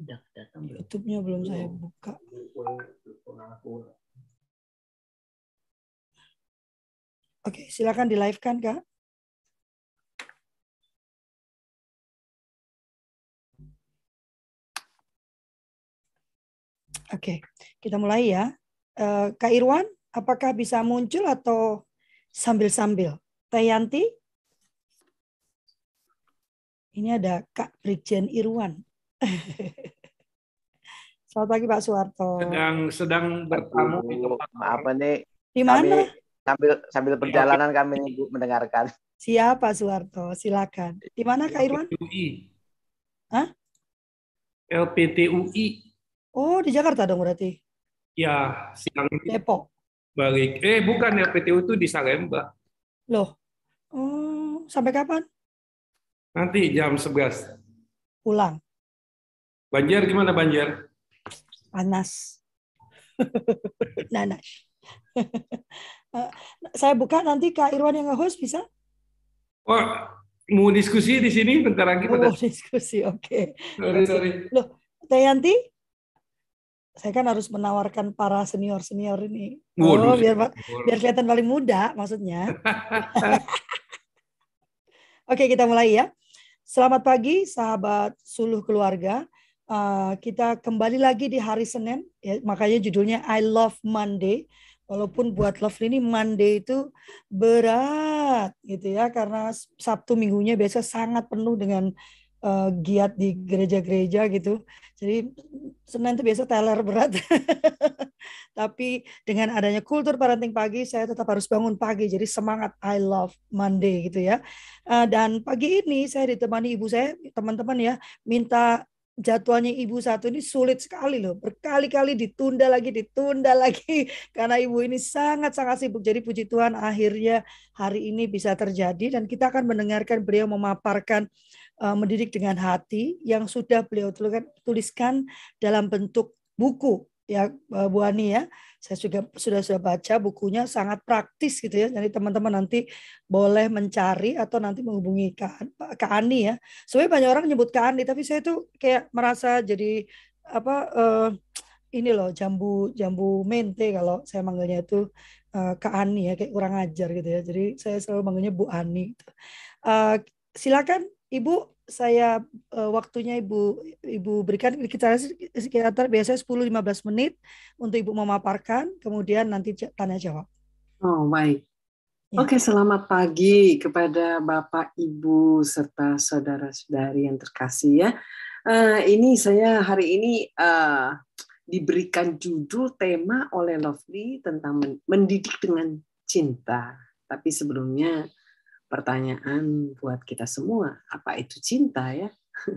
Udah datang belum? YouTube-nya belum saya buka. Oke, silakan di live-kan, Kak. Oke, kita mulai ya. Kak Irwan, apakah bisa muncul atau sambil-sambil? Teh Yanti? Ini ada Kak Brigjen Irwan. Selamat pagi Pak Suwarto. Sedang bertamu di tempat maaf nih. Di mana? Sambil perjalanan kami nih Bu mendengarkan. Siapa Suwarto? Silakan. Di mana Kak Irwan? LPTUI. Hah? LPTUI. Oh, di Jakarta dong berarti. Ya, siang ini Depok. balik. Bukan LPTU itu di Salemba. Loh. Oh, sampai kapan? Nanti jam 11. Pulang. Banjar gimana Banjar? Panas. Nanas. Saya buka nanti Kak Irwan yang nge-host bisa? Oh, mau diskusi di sini bentar lagi. Oh, diskusi. Oke. Sorry. Loh, Teh Yanti? Saya kan harus menawarkan para senior-senior ini. Oh, biar kelihatan paling muda maksudnya. Oke, kita mulai ya. Selamat pagi sahabat Suluh Keluarga. Kita kembali lagi di hari Senin, ya, makanya judulnya I Love Monday. Walaupun buat Love ini Monday itu berat gitu ya, karena Sabtu Minggunya biasa sangat penuh dengan giat di gereja-gereja gitu. Jadi Senin itu biasa teler berat. Tapi dengan adanya kultur parenting pagi, saya tetap harus bangun pagi. Jadi semangat I Love Monday gitu ya. Dan pagi ini saya ditemani ibu saya, teman-teman ya, minta jadwalnya ibu satu ini sulit sekali loh. Berkali-kali ditunda lagi karena ibu ini sangat-sangat sibuk. Jadi puji Tuhan akhirnya hari ini bisa terjadi dan kita akan mendengarkan beliau memaparkan mendidik dengan hati yang sudah beliau tuliskan dalam bentuk buku ya Bu Ani ya. Saya juga sudah baca bukunya, sangat praktis gitu ya. Jadi teman-teman nanti boleh mencari atau nanti menghubungi Kak Ani ya. Sebenarnya banyak orang nyebut Kak Ani, tapi saya tuh kayak merasa jadi apa ini loh jambu mente kalau saya manggilnya itu Kak Ani ya, kayak kurang ajar gitu ya. Jadi saya selalu manggilnya Bu Ani. Gitu. Silakan Ibu, saya waktunya Ibu berikan kita sekitar biasanya 10-15 menit untuk Ibu memaparkan, kemudian nanti tanya jawab. Oh, baik. Ya. Oke, selamat pagi kepada Bapak, Ibu, serta saudara-saudari yang terkasih ya. Ini saya hari ini diberikan judul tema oleh Lovely tentang mendidik dengan cinta. Tapi sebelumnya pertanyaan buat kita semua, apa itu cinta ya?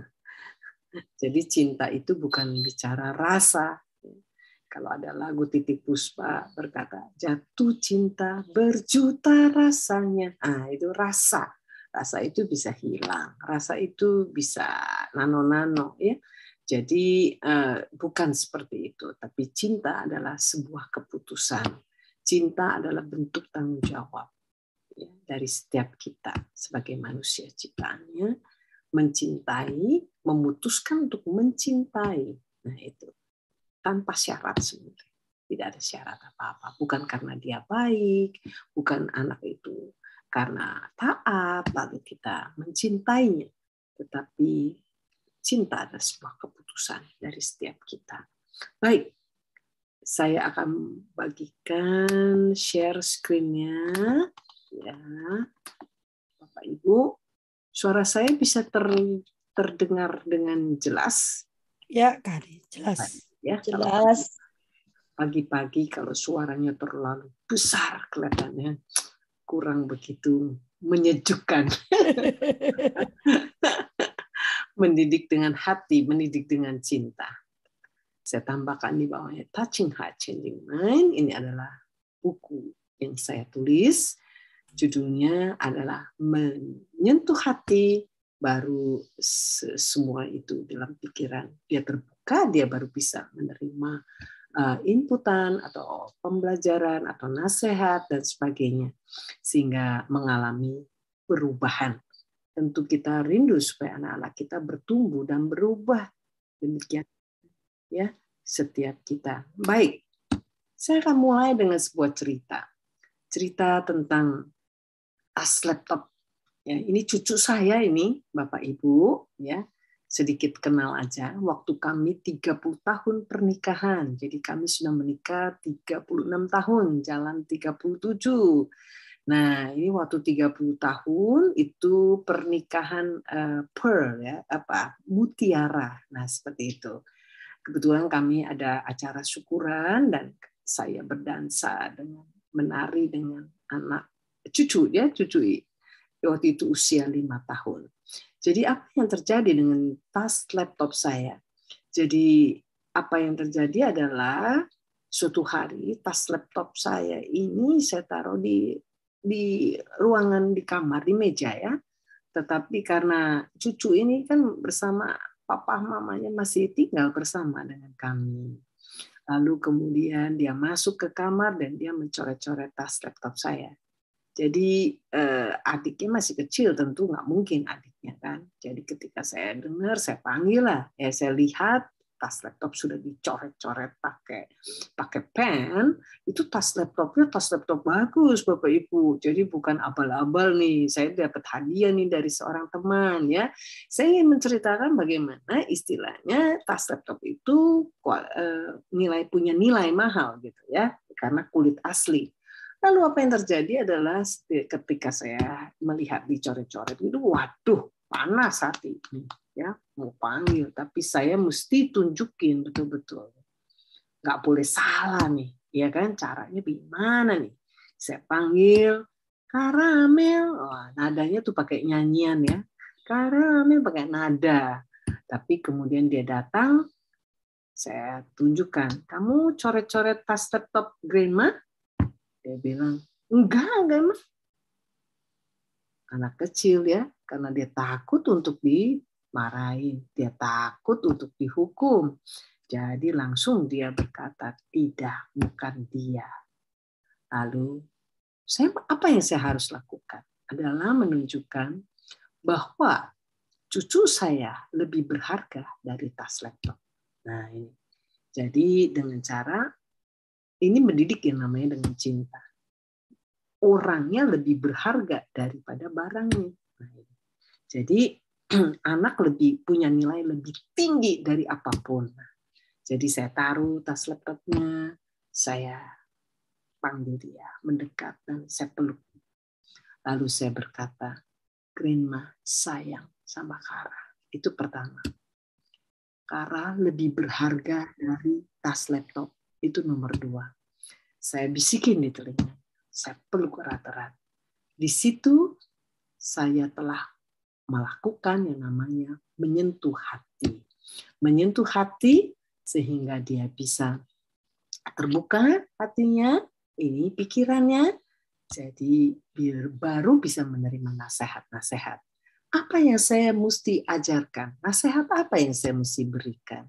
Jadi cinta itu bukan bicara rasa. Kalau ada lagu Titiek Puspa berkata, jatuh cinta berjuta rasanya. Itu rasa. Rasa itu bisa hilang. Rasa itu bisa nano-nano ya. Jadi bukan seperti itu. Tapi cinta adalah sebuah keputusan. Cinta adalah bentuk tanggung jawab ya, dari setiap kita sebagai manusia ciptaannya, mencintai, memutuskan untuk mencintai. Nah itu tanpa syarat sebenarnya, tidak ada syarat apa-apa. Bukan karena dia baik, bukan anak itu karena taat lalu kita mencintainya, tetapi cinta adalah sebuah keputusan dari setiap kita. Baik, saya akan bagikan share screen-nya. Ya, Bapak Ibu, suara saya bisa terdengar dengan jelas? Ya, Kari, jelas. Ya, jelas. Pagi-pagi kalau suaranya terlalu besar kelihatannya kurang begitu menyejukkan. Mendidik dengan hati, mendidik dengan cinta. Saya tambahkan di bawahnya Touching Heart, Changing Mind. Ini adalah buku yang saya tulis. Judulnya adalah Menyentuh Hati, baru semua itu dalam pikiran dia terbuka, dia baru bisa menerima inputan atau pembelajaran atau nasihat dan sebagainya, sehingga mengalami perubahan. Tentu kita rindu supaya anak-anak kita bertumbuh dan berubah Demikian ya setiap kita. Baik, saya akan mulai dengan sebuah cerita tentang tas laptop. Ya, ini cucu saya ini, Bapak Ibu, ya. Sedikit kenal aja. Waktu kami 30 tahun pernikahan. Jadi kami sudah menikah 36 tahun, jalan 37. Nah, ini waktu 30 tahun itu pernikahan pearl ya, mutiara. Nah, seperti itu. Kebetulan kami ada acara syukuran dan saya berdansa dengan menari dengan anak cucu waktu itu usia 5 tahun. Jadi apa yang terjadi dengan tas laptop saya? Jadi apa yang terjadi adalah suatu hari tas laptop saya ini saya taruh di ruangan di kamar di meja ya. Tetapi karena cucu ini kan bersama papa mamanya masih tinggal bersama dengan kami. Lalu kemudian dia masuk ke kamar dan dia mencoret-coret tas laptop saya. Jadi adiknya masih kecil, tentu nggak mungkin adiknya kan. Jadi ketika saya dengar, saya panggil lah. Ya saya lihat tas laptop sudah dicoret-coret pakai pen. Itu tas laptopnya tas laptop bagus, Bapak Ibu. Jadi bukan abal-abal nih. Saya dapat hadiah nih dari seorang teman ya. Saya ingin menceritakan bagaimana istilahnya tas laptop itu punya nilai mahal gitu ya, karena kulit asli. Lalu apa yang terjadi adalah ketika saya melihat dicoret-coret itu, waduh, panas hati ya, mau panggil, tapi saya mesti tunjukin betul-betul, nggak boleh salah nih, ya kan? Caranya gimana nih? Saya panggil Karamel, nadanya tuh pakai nyanyian ya, Karamel pakai nada, tapi kemudian dia datang, saya tunjukkan, kamu coret-coret tas laptop Grandma? Dia bilang, enggak emang. Anak kecil ya, karena dia takut untuk dimarahin, dia takut untuk dihukum. Jadi langsung dia berkata, tidak, bukan dia. Lalu, apa yang saya harus lakukan? Adalah menunjukkan bahwa cucu saya lebih berharga dari tas laptop. Nah ini. Jadi dengan cara ini mendidik yang namanya dengan cinta. Orangnya lebih berharga daripada barangnya. Jadi anak lebih punya nilai lebih tinggi dari apapun. Jadi saya taruh tas laptopnya, saya panggil dia, mendekat dan saya peluk. Lalu saya berkata, Grandma sayang sama Kara. Itu pertama. Kara lebih berharga dari tas laptop. Itu nomor 2. Saya bisikin di telinga. Saya peluk erat-erat. Di situ saya telah melakukan yang namanya menyentuh hati. Menyentuh hati sehingga dia bisa terbuka hatinya, ini pikirannya, jadi baru bisa menerima nasihat-nasihat. Apa yang saya mesti ajarkan? Nasihat apa yang saya mesti berikan?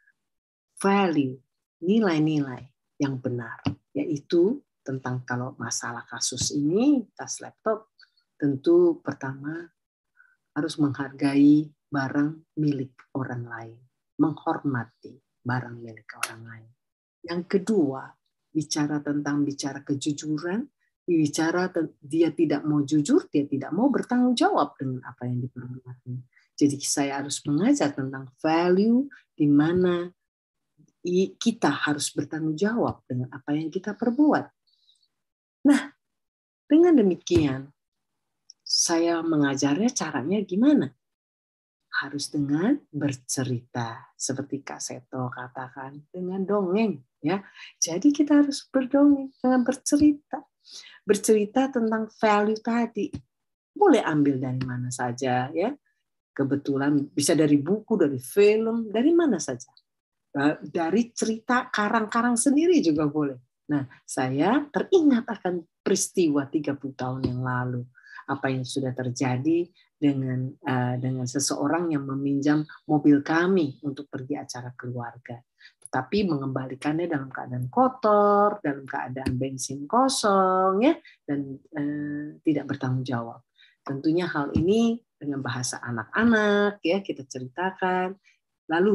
Value, nilai-nilai yang benar, yaitu tentang kalau masalah kasus ini, tas laptop, tentu pertama harus menghargai barang milik orang lain, menghormati barang milik orang lain. Yang kedua, bicara kejujuran, bicara dia tidak mau jujur, dia tidak mau bertanggung jawab dengan apa yang diperbuatnya. Jadi saya harus mengajar tentang value di mana kita harus bertanggung jawab dengan apa yang kita perbuat. Nah, dengan demikian, saya mengajarnya caranya gimana? Harus dengan bercerita, seperti Kak Seto katakan, dengan dongeng. Ya, jadi kita harus berdongeng dengan bercerita. Bercerita tentang value tadi. Boleh ambil dari mana saja, ya. Kebetulan bisa dari buku, dari film, dari mana saja. Dari cerita karang-karang sendiri juga boleh. Nah, saya teringat akan peristiwa 30 tahun yang lalu. Apa yang sudah terjadi dengan seseorang yang meminjam mobil kami untuk pergi acara keluarga. Tetapi mengembalikannya dalam keadaan kotor, dalam keadaan bensin kosong, ya, dan tidak bertanggung jawab. Tentunya hal ini dengan bahasa anak-anak, ya, kita ceritakan. Lalu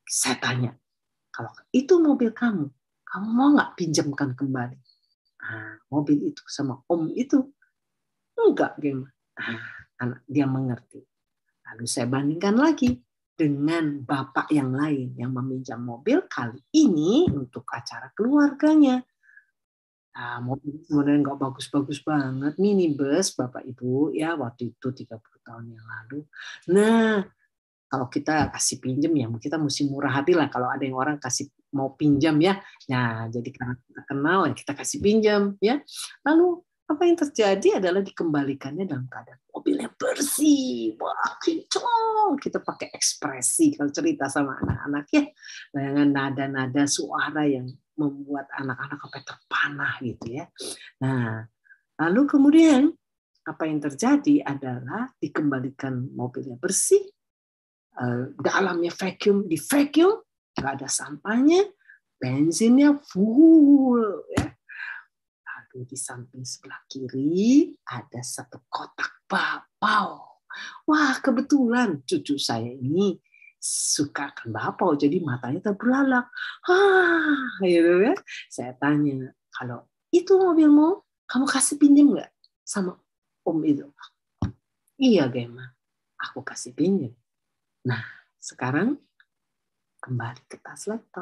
Saya tanya, kalau itu mobil kamu mau nggak pinjamkan kembali? Nah, mobil itu sama om itu enggak, gimana? Anak dia mengerti. Lalu saya bandingkan lagi dengan bapak yang lain yang meminjam mobil kali ini untuk acara keluarganya. Nah, mobil sebenarnya nggak bagus-bagus banget, minibus Bapak Ibu ya waktu itu 30 tahun yang lalu. Nah, kalau kita kasih pinjam ya kita mesti murah hati lah kalau ada yang orang kasih mau pinjam ya. Nah, jadi karena kita kenal ya kita kasih pinjam ya. Lalu apa yang terjadi adalah dikembalikannya dalam keadaan mobilnya bersih. Wah, kinclong. Kita pakai ekspresi kalau cerita sama anak-anak ya. Dengan nada-nada suara yang membuat anak-anak sampai terpanah gitu ya. Nah, lalu kemudian apa yang terjadi adalah dikembalikan mobilnya bersih, dalamnya vacuum, di vacuum nggak ada sampahnya, bensinnya full ya. Lalu di samping sebelah kiri ada satu kotak bakpao. Wah, kebetulan cucu saya ini suka kan bakpao, jadi matanya terbelalak. Gitu ya. Saya tanya, kalau itu mobilmu, kamu kasih pinjam nggak sama om itu? Iya, Gema, aku kasih pinjam. Nah, sekarang kembali ke tas laptop.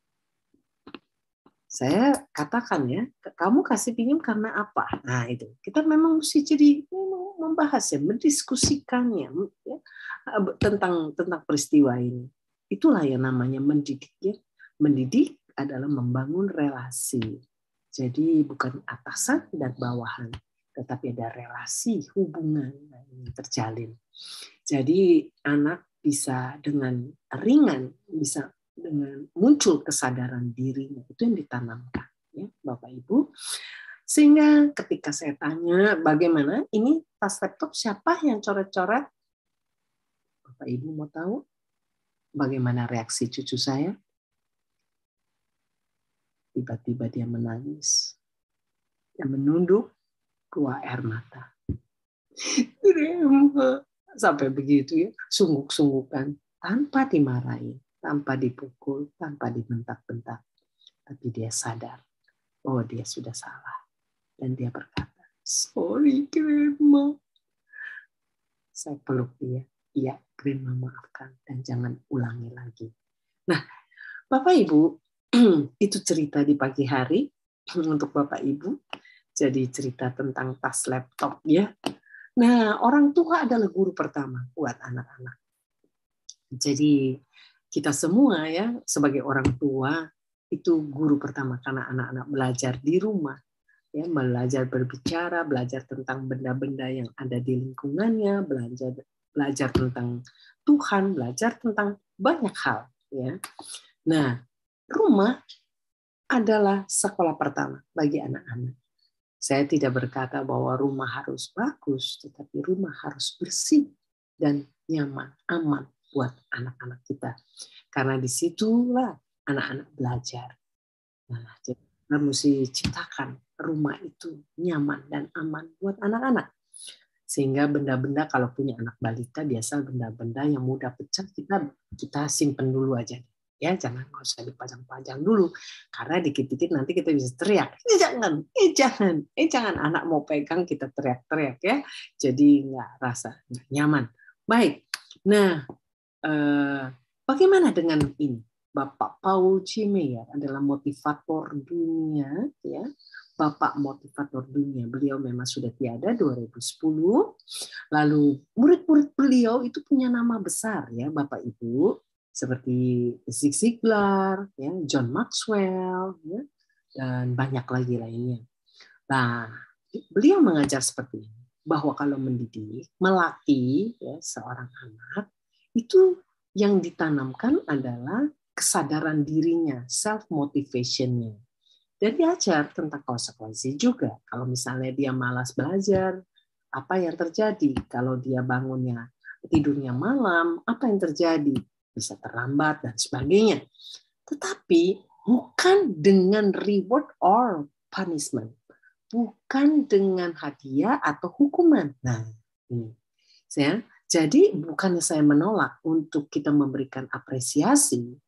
Saya katakan ya, kamu kasih pinjam karena apa? Nah itu, kita memang mesti jadi membahas ya, mendiskusikannya ya, tentang peristiwa ini. Itulah yang namanya mendidik ya. Mendidik adalah membangun relasi. Jadi bukan atasan dan bawahan, tetapi ada relasi, hubungan yang terjalin. Jadi anak bisa dengan ringan, bisa dengan muncul kesadaran dirinya, itu yang ditanamkan ya Bapak Ibu. Sehingga ketika saya tanya bagaimana ini tas laptop siapa yang coret-coret, Bapak Ibu mau tahu bagaimana reaksi cucu saya? Tiba-tiba dia menangis dan menunduk keluar air mata. Sampai begitu ya, sungguk-sunggukan tanpa dimarahi, tanpa dipukul, tanpa dibentak-bentak. Tapi dia sadar, oh dia sudah salah. Dan dia berkata, sorry Grandma. Saya peluk dia. Iya, Grandma maafkan. Dan jangan ulangi lagi. Nah, Bapak Ibu, itu cerita di pagi hari untuk Bapak Ibu. Jadi cerita tentang tas laptop ya. Nah, orang tua adalah guru pertama buat anak-anak. Jadi kita semua ya sebagai orang tua itu guru pertama karena anak-anak belajar di rumah ya, belajar berbicara, belajar tentang benda-benda yang ada di lingkungannya, belajar tentang Tuhan, belajar tentang banyak hal ya. Nah, rumah adalah sekolah pertama bagi anak-anak. Saya tidak berkata bahwa rumah harus bagus, tetapi rumah harus bersih dan nyaman, aman buat anak-anak kita. Karena disitulah anak-anak belajar. Nah, jadi kita mesti ciptakan rumah itu nyaman dan aman buat anak-anak. Sehingga benda-benda kalau punya anak balita, biasa benda-benda yang mudah pecah kita simpen dulu aja. Ya, jangan nggak usah dipajang-pajang dulu, karena dikit-dikit nanti kita bisa teriak. Jangan anak mau pegang kita teriak-teriak ya, jadi nggak nyaman. Baik, nah bagaimana dengan ini? Bapak Paul C. Meyer adalah motivator dunia, ya, Bapak motivator dunia. Beliau memang sudah tiada 2010. Lalu murid-murid beliau itu punya nama besar ya, Bapak Ibu. Seperti Zig Ziglar, ya, John Maxwell, ya, dan banyak lagi lainnya. Nah, beliau mengajar seperti ini, bahwa kalau mendidik, melatih ya, seorang anak, itu yang ditanamkan adalah kesadaran dirinya, self-motivation-nya. Dan diajar tentang konsekuensi juga. Kalau misalnya dia malas belajar, apa yang terjadi? Kalau dia tidurnya malam, apa yang terjadi? Bisa terlambat dan sebagainya. Tetapi bukan dengan reward or punishment. Bukan dengan hadiah atau hukuman. Nah, ini. Jadi bukannya saya menolak untuk kita memberikan apresiasi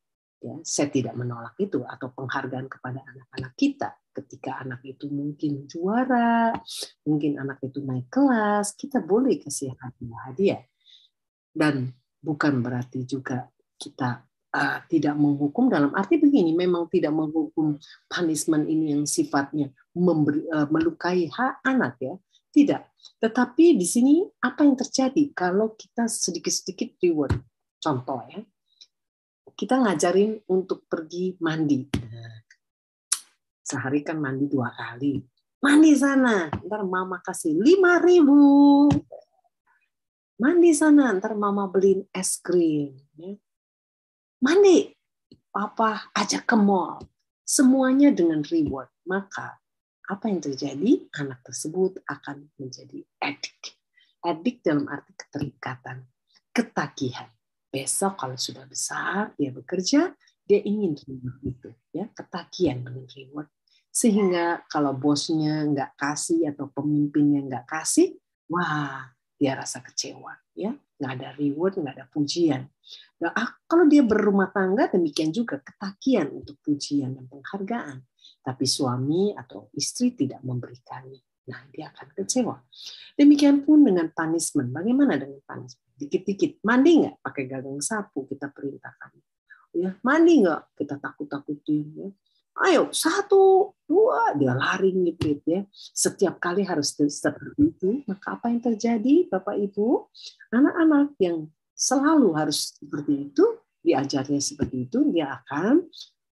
Ya, saya tidak menolak itu, atau penghargaan kepada anak-anak kita. Ketika anak itu mungkin juara, mungkin anak itu naik kelas, kita boleh kasih hadiah. Dan bukan berarti juga kita tidak menghukum, dalam arti begini, memang tidak menghukum punishment ini yang sifatnya melukai hak anak, ya. Tidak. Tetapi di sini apa yang terjadi kalau kita sedikit-sedikit reward? Contoh, ya. Kita ngajarin untuk pergi mandi. Sehari kan mandi 2 kali. Mandi sana, ntar mama kasih 5.000. Mandi sana, ntar mama beliin es krim. Mandi, papa ajak ke mall. Semuanya dengan reward. Maka apa yang terjadi? Anak tersebut akan menjadi addict. Addict dalam arti keterikatan, ketagihan. Besok kalau sudah besar, dia bekerja, dia ingin reward itu, ya, ketagihan dengan reward. Sehingga kalau bosnya nggak kasih atau pemimpinnya nggak kasih, wah, dia rasa kecewa, ya, nggak ada reward, nggak ada pujian. Nah, kalau dia berumah tangga, demikian juga ketagihan untuk pujian dan penghargaan. Tapi suami atau istri tidak memberikannya. Nah, dia akan kecewa. Demikian pun dengan punishment. Bagaimana dengan punishment? Dikit-dikit. Mandi nggak? Pakai gagang sapu kita perintahkan. Ya, mandi nggak? Kita takut-takutin. Ya. Ayo, 1, 2, dia lari ngiprit, ya. Setiap kali harus seperti itu. Maka apa yang terjadi, Bapak Ibu? Anak-anak yang selalu harus seperti itu, diajarnya seperti itu, dia akan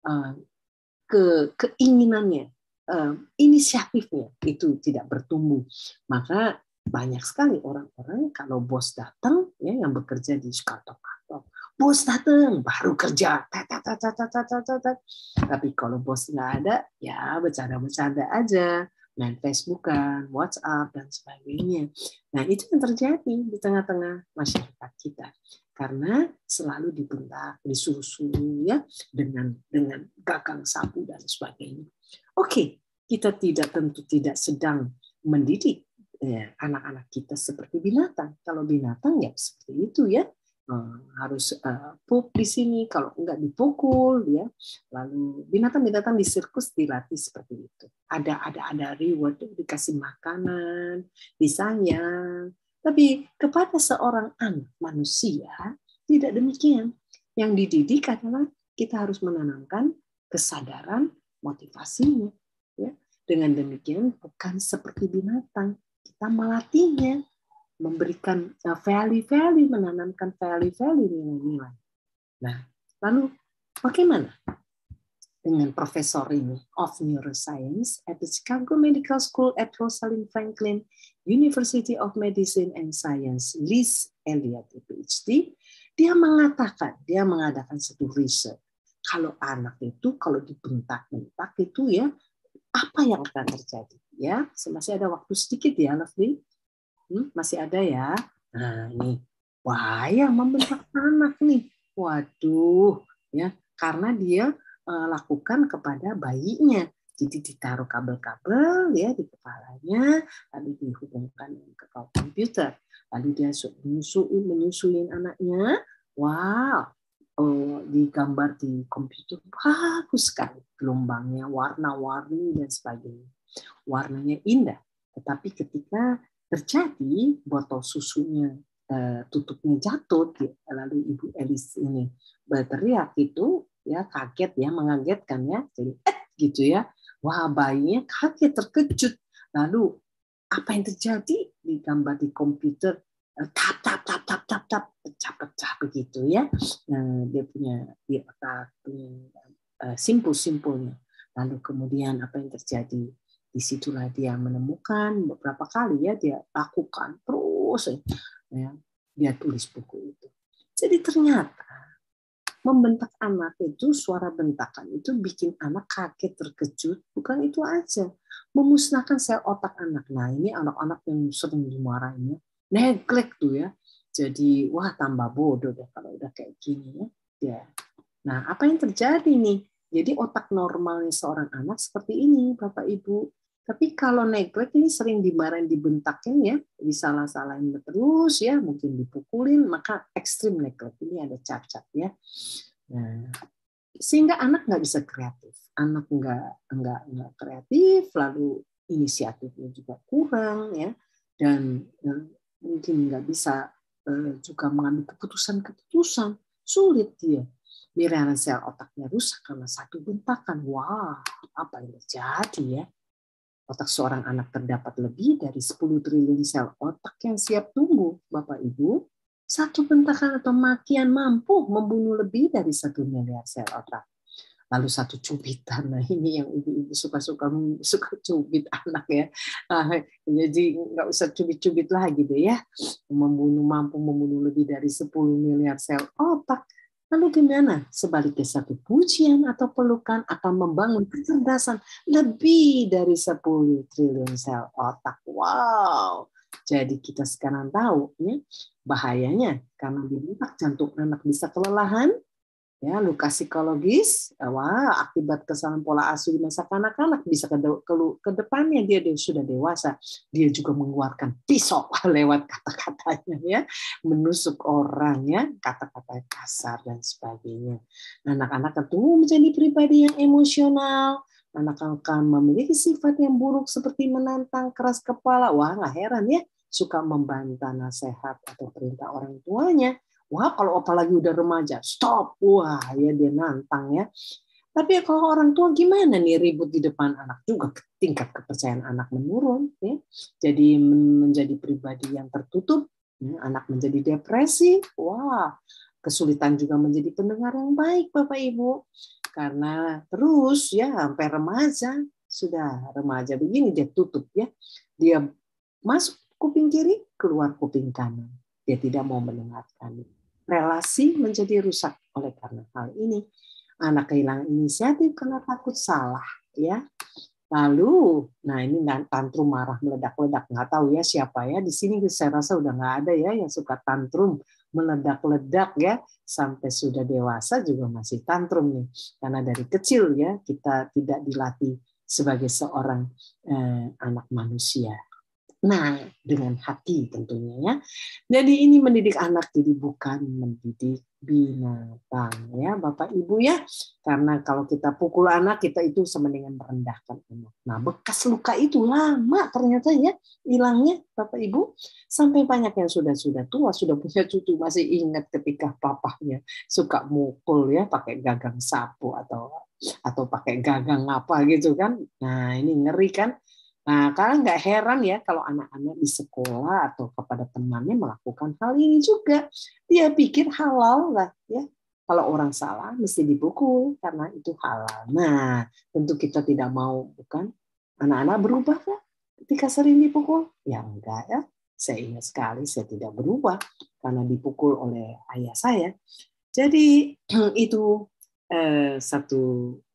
keinginannya, inisiatifnya itu tidak bertumbuh. Maka banyak sekali orang-orang kalau bos datang, ya, yang bekerja di kantor, bos datang baru kerja. Tapi kalau bos nggak ada, ya bercanda-bercanda aja, main Facebookan, WhatsApp dan sebagainya. Nah, itu yang terjadi di tengah-tengah masyarakat kita. Karena selalu dibentak, disuruh-suruh, ya, dengan gagang sapu dan sebagainya. Oke, kita tentu tidak sedang mendidik anak-anak kita seperti binatang. Kalau binatang ya seperti itu, ya, harus pup di sini, kalau enggak dipukul, ya. Lalu binatang-binatang di sirkus dilatih seperti itu. Ada reward, dikasih makanan, disayang. Tapi kepada seorang anak manusia tidak demikian. Yang dididik adalah kita harus menanamkan kesadaran, motivasinya. Ya. Dengan demikian bukan seperti binatang. Kita melatihnya, memberikan value-value, menanamkan value-value, nilai-nilai. Nah, lalu bagaimana dengan profesor ini of neuroscience at the Chicago Medical School at Rosalind Franklin University of Medicine and Science, Liz Elliott, PhD, dia mengadakan satu riset. Kalau anak itu kalau dibentak-bentak itu, ya, apa yang akan terjadi? Ya, masih ada waktu sedikit, ya, Lovely. Masih ada, ya. Nah, ini bahaya membentak anak nih. Waduh, ya, karena dia lakukan kepada bayinya. Jadi ditaruh kabel-kabel, ya, di kepalanya, lalu dihubungkan ke komputer. Lalu dia menyusuin anaknya. Wow, digambar di komputer bagus sekali, gelombangnya warna-warni dan sebagainya. Warnanya indah. Tetapi ketika terjadi botol susunya tutupnya jatuh, lalu Ibu Elis ini berteriak itu, ya, kaget, ya, mengagetkan, ya, jadi gitu, ya, wah, bayinya kaget, terkejut. Lalu apa yang terjadi? Digambar di komputer, tap pecah begitu, ya. Nah, dia punya simpul-simpulnya. Lalu kemudian apa yang terjadi? Disitulah dia menemukan beberapa kali, ya, dia lakukan terus, ya, dia tulis buku itu. Jadi ternyata membentak anak itu, suara bentakan itu bikin anak kaget, terkejut. Bukan itu aja, memusnahkan sel otak anak. Nah, ini anak-anak yang sering dimarahinnya, neglect tuh, ya. Jadi, wah, tambah bodoh deh kalau udah kayak gini, ya. Nah, apa yang terjadi nih? Jadi otak normalnya seorang anak seperti ini, Bapak Ibu. Tapi kalau neglect ini sering dimarahin, dibentakin, ya, disalah-salahin terus, ya, mungkin dipukulin, maka ekstrim neglect ini ada cap-cap, ya. Nah, sehingga anak nggak bisa kreatif, anak nggak kreatif, lalu inisiatifnya juga kurang ya, dan mungkin nggak bisa juga mengambil keputusan, sulit dia. Miliaran sel otaknya rusak karena satu bentakan. Wah, apa yang terjadi ya? Otak seorang anak terdapat lebih dari 10 triliun sel otak yang siap tumbuh, Bapak Ibu. Satu bentakan atau makian mampu membunuh lebih dari 1 miliar sel otak. Lalu satu cubitan, nah ini yang ibu-ibu suka cubit anak ya. Jadi nggak usah cubit-cubit lagi deh ya. Mampu membunuh lebih dari 10 miliar sel otak. Lalu gimana? Sebaliknya satu pujian atau pelukan akan membangun kecerdasan lebih dari 10 triliun sel otak. Wow. Jadi kita sekarang tahu ya, bahayanya karena di detak jantung anak bisa kelelahan, ya, luka psikologis, wah, akibat kesalahan pola asuh di masa kanak-kanak bisa ke depannya dia sudah dewasa, dia juga mengeluarkan pisau lewat kata-katanya ya, menusuk orang ya, kata-kata kasar dan sebagainya. Anak-anak tentu menjadi pribadi yang emosional, anak akan memiliki sifat yang buruk seperti menantang, keras kepala, wah nggak heran ya, suka membantah nasihat atau perintah orang tuanya. Wah, kalau apalagi udah remaja, stop. Wah, ya dia nantang ya. Tapi kalau orang tua gimana nih ribut di depan anak juga tingkat kepercayaan anak menurun ya. Jadi menjadi pribadi yang tertutup, ya. Anak menjadi depresi. Wah, kesulitan juga menjadi pendengar yang baik Bapak Ibu. Karena terus ya sampai remaja, sudah remaja begini dia tutup ya. Dia masuk kuping kiri, keluar kuping kanan. Dia tidak mau mendengarkan. Relasi menjadi rusak oleh karena hal ini. Anak kehilangan inisiatif karena takut salah, ya. Lalu, nah ini tantrum marah meledak-ledak, nggak tahu ya siapa ya di sini. Saya rasa udah nggak ada ya yang suka tantrum meledak-ledak ya, sampai sudah dewasa juga masih tantrum nih. Karena dari kecil ya kita tidak dilatih sebagai seorang anak manusia. Nah, dengan hati tentunya ya. Jadi ini mendidik anak, jadi bukan mendidik binatang ya Bapak Ibu ya. Karena kalau kita pukul anak, kita itu sama dengan merendahkan anak. Nah, bekas luka itu lama ternyata ya hilangnya Bapak Ibu. Sampai banyak yang sudah tua, sudah punya cucu masih ingat ketika papahnya suka mukul ya pakai gagang sapu atau pakai gagang apa gitu kan. Nah, ini ngeri kan. Nah, kalian nggak heran ya kalau anak-anak di sekolah atau kepada temannya melakukan hal ini juga. Dia pikir halal lah ya. Kalau orang salah mesti dipukul karena itu halal. Nah, tentu kita tidak mau, bukan? Anak-anak berubah kan ketika sering dipukul? Ya enggak ya. Saya ingat sekali saya tidak berubah karena dipukul oleh ayah saya. Jadi itu satu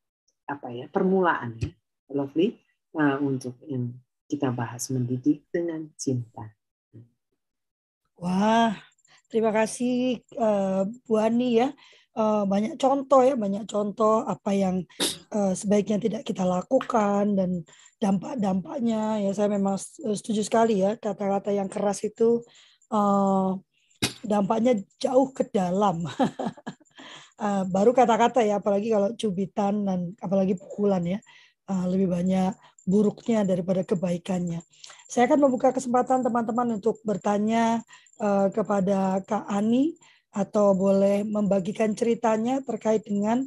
permulaan ya, Lovely. Untuk yang kita bahas mendidik dengan cinta. Wah, terima kasih Bu Ani ya. Banyak contoh apa yang sebaiknya tidak kita lakukan dan dampak-dampaknya. Ya, saya memang setuju sekali ya, kata-kata yang keras itu dampaknya jauh ke dalam. Baru kata-kata ya, apalagi kalau cubitan dan apalagi pukulan ya, lebih banyak buruknya daripada kebaikannya. Saya akan membuka kesempatan teman-teman untuk bertanya kepada Kak Ani, atau boleh membagikan ceritanya terkait dengan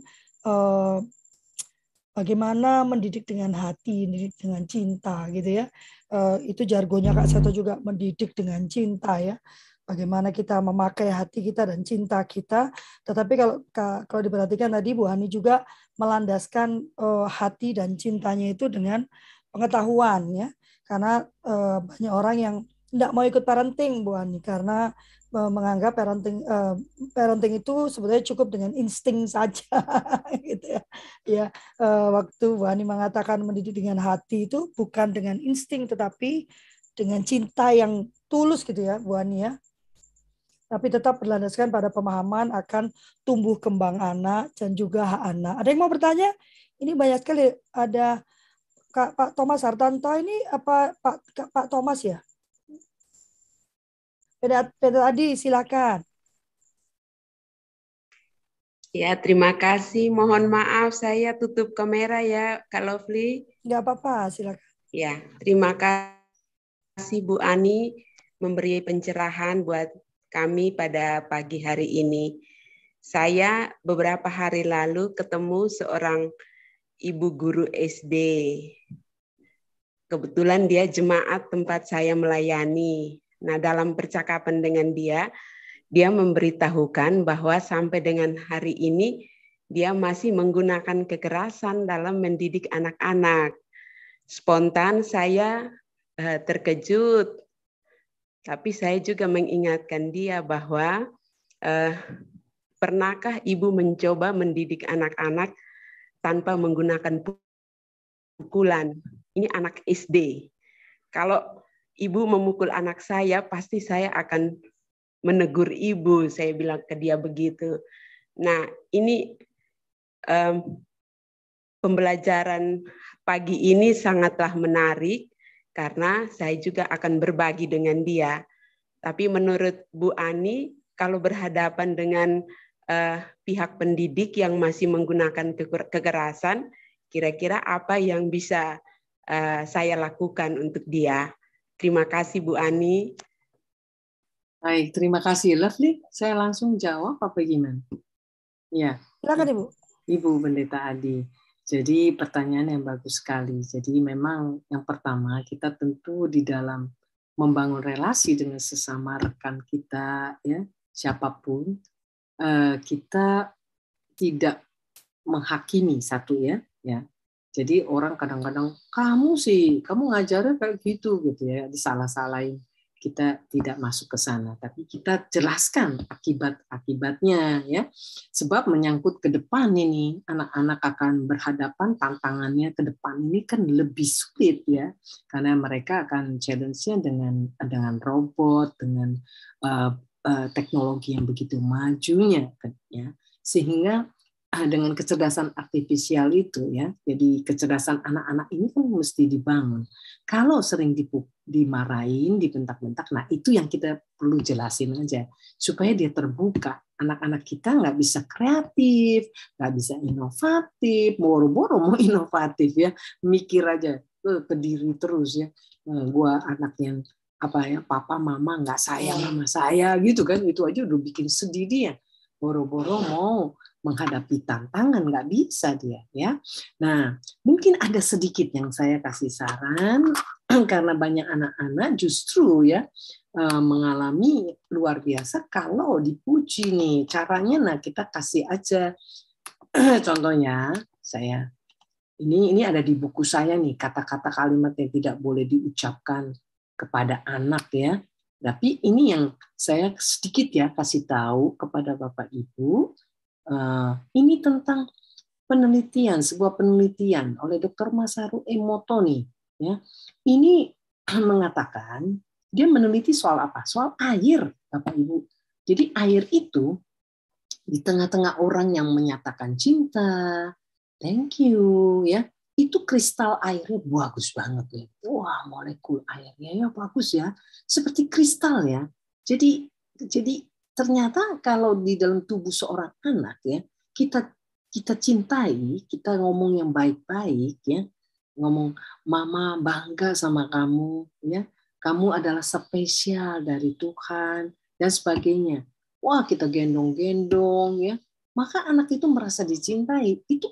bagaimana mendidik dengan hati, mendidik dengan cinta gitu ya. Itu jargonnya Kak Seto juga, mendidik dengan cinta ya. Bagaimana kita memakai hati kita dan cinta kita. Tetapi kalau diperhatikan tadi Bu Hani juga melandaskan hati dan cintanya itu dengan pengetahuan ya. Karena banyak orang yang tidak mau ikut parenting Bu Hani karena menganggap parenting itu sebetulnya cukup dengan insting saja gitu ya. Ya, waktu Bu Hani mengatakan mendidik dengan hati itu bukan dengan insting tetapi dengan cinta yang tulus gitu ya Bu Hani ya. Tapi tetap berlandaskan pada pemahaman akan tumbuh kembang anak dan juga hak anak. Ada yang mau bertanya? Ini banyak sekali. Ada Pak Thomas Hartanto ini apa Pak Thomas ya? Peter Adi, silakan. Ya, terima kasih. Mohon maaf saya tutup kamera ya, Kak Lovely. Nggak apa-apa, silakan. Ya, terima kasih Bu Ani memberi pencerahan buat kami pada pagi hari ini. Saya beberapa hari lalu ketemu seorang ibu guru SD. Kebetulan dia jemaat tempat saya melayani. Nah, dalam percakapan dengan dia memberitahukan bahwa sampai dengan hari ini dia masih menggunakan kekerasan dalam mendidik anak-anak. Spontan saya terkejut, tapi saya juga mengingatkan dia bahwa pernahkah ibu mencoba mendidik anak-anak tanpa menggunakan pukulan? Ini anak SD. Kalau ibu memukul anak saya, pasti saya akan menegur ibu. Saya bilang ke dia begitu. Nah, ini pembelajaran pagi ini sangatlah menarik karena saya juga akan berbagi dengan dia. Tapi menurut Bu Ani, kalau berhadapan dengan pihak pendidik yang masih menggunakan kekerasan, kira-kira apa yang bisa saya lakukan untuk dia? Terima kasih Bu Ani. Baik, terima kasih. Lovely, saya langsung jawab apa gimana? Ya. Silakan Ibu. Ibu Pendeta Adi. Jadi pertanyaan yang bagus sekali. Jadi memang yang pertama kita tentu di dalam membangun relasi dengan sesama rekan kita, ya siapapun, kita tidak menghakimi satu ya. Jadi orang kadang-kadang kamu ngajarnya kayak gitu ya, disalah-salahin. Kita tidak masuk ke sana, tapi kita jelaskan akibat-akibatnya ya. Sebab menyangkut ke depan ini, anak-anak akan berhadapan tantangannya ke depan ini kan lebih sulit ya, karena mereka akan challenge-nya dengan robot, dengan teknologi yang begitu majunya ya. Sehingga dengan kecerdasan artifisial itu ya, jadi kecerdasan anak-anak ini kan mesti dibangun. Kalau sering dimarahin, dibentak-bentak, nah itu yang kita perlu jelasin aja supaya dia terbuka. Anak-anak kita nggak bisa kreatif, nggak bisa inovatif, boro-boro mau inovatif ya, mikir aja ke diri terus ya. Gua anak yang papa mama nggak sayang sama saya gitu kan, itu aja udah bikin sedih dia. Boro-boro mau menghadapi tantangan, nggak bisa dia ya. Nah, mungkin ada sedikit yang saya kasih saran karena banyak anak-anak justru ya mengalami luar biasa kalau dipuji nih caranya. Nah, kita kasih aja contohnya saya ini ada di buku saya nih, kata-kata kalimat yang tidak boleh diucapkan kepada anak ya. Tapi ini yang saya sedikit ya kasih tahu kepada Bapak Ibu. Ini tentang penelitian, sebuah penelitian oleh Dr. Masaru Emoto nih, ya. Ini mengatakan dia meneliti soal apa? Soal air, Bapak Ibu. Jadi air itu di tengah-tengah orang yang menyatakan cinta, thank you, ya, itu kristal airnya bagus banget ya. Wah, molekul airnya ya bagus ya, seperti kristal ya. Jadi ternyata kalau di dalam tubuh seorang anak ya, kita cintai, kita ngomong yang baik-baik ya, ngomong mama bangga sama kamu ya, kamu adalah spesial dari Tuhan dan sebagainya. Wah, kita gendong-gendong ya, maka anak itu merasa dicintai. Itu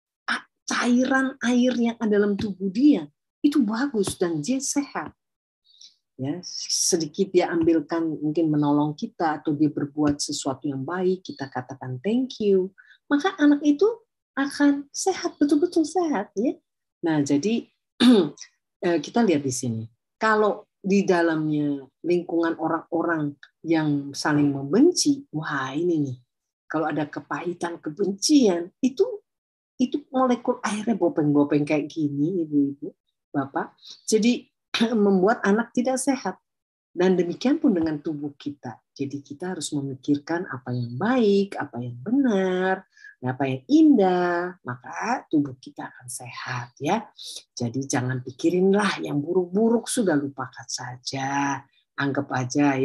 cairan air yang ada dalam tubuh dia itu bagus dan dia sehat. Ya, sedikit dia ambilkan mungkin menolong kita atau dia berbuat sesuatu yang baik, kita katakan thank you, maka anak itu akan sehat, betul-betul sehat ya. Nah, jadi kita lihat di sini, kalau di dalamnya lingkungan orang-orang yang saling membenci, wah ini nih, kalau ada kepahitan, kebencian, itu molekul airnya bopeng-bopeng kayak gini, ibu-ibu, bapak. Jadi membuat anak tidak sehat. Dan demikian pun dengan tubuh kita. Jadi kita harus memikirkan apa yang baik, apa yang benar, apa yang indah, maka tubuh kita akan sehat ya. Jadi jangan pikirinlah yang buruk-buruk, sudah lupakan saja. Anggap aja ya,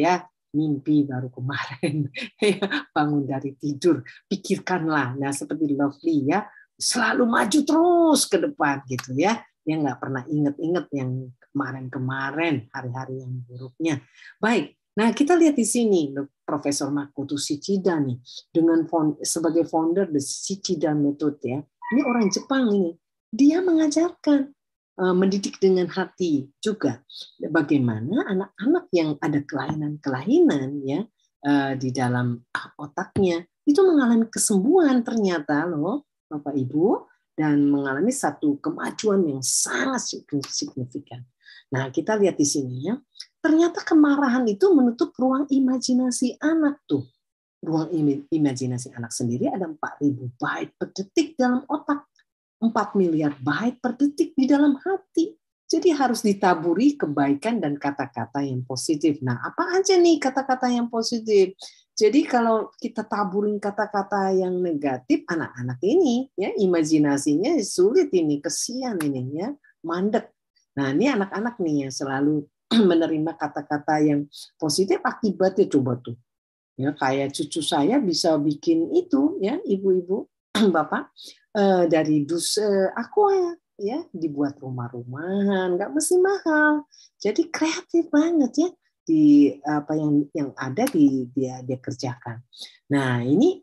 mimpi baru kemarin, bangun dari tidur, pikirkanlah. Nah, seperti Lovely ya, selalu maju terus ke depan gitu ya. Dia nggak pernah inget-inget yang kemarin-kemarin, hari-hari yang buruknya. Baik, nah kita lihat di sini Profesor Makoto Shichida nih, sebagai founder the Shichida Method ya. Ini orang Jepang ini, dia mengajarkan mendidik dengan hati juga bagaimana anak-anak yang ada kelainan-kelainan ya di dalam otaknya itu mengalami kesembuhan ternyata loh Bapak Ibu, dan mengalami satu kemajuan yang sangat signifikan. Nah, kita lihat di sini ya, ternyata kemarahan itu menutup ruang imajinasi anak tuh. Ruang imajinasi anak sendiri ada 4.000 byte per detik dalam otak. 4 miliar byte per detik di dalam hati. Jadi harus ditaburi kebaikan dan kata-kata yang positif. Nah, apa aja nih kata-kata yang positif? Jadi kalau kita taburin kata-kata yang negatif, anak-anak ini ya imajinasinya sulit ini, kesian ini ya, mandek. Nah, ini anak-anak nih yang selalu menerima kata-kata yang positif, akibatnya coba tuh. Ya, kayak cucu saya bisa bikin itu ya, ibu-ibu, bapak, dari dus aqua ya, dibuat rumah-rumahan, nggak mesti mahal. Jadi kreatif banget ya di apa yang ada dia kerjakan. Nah, ini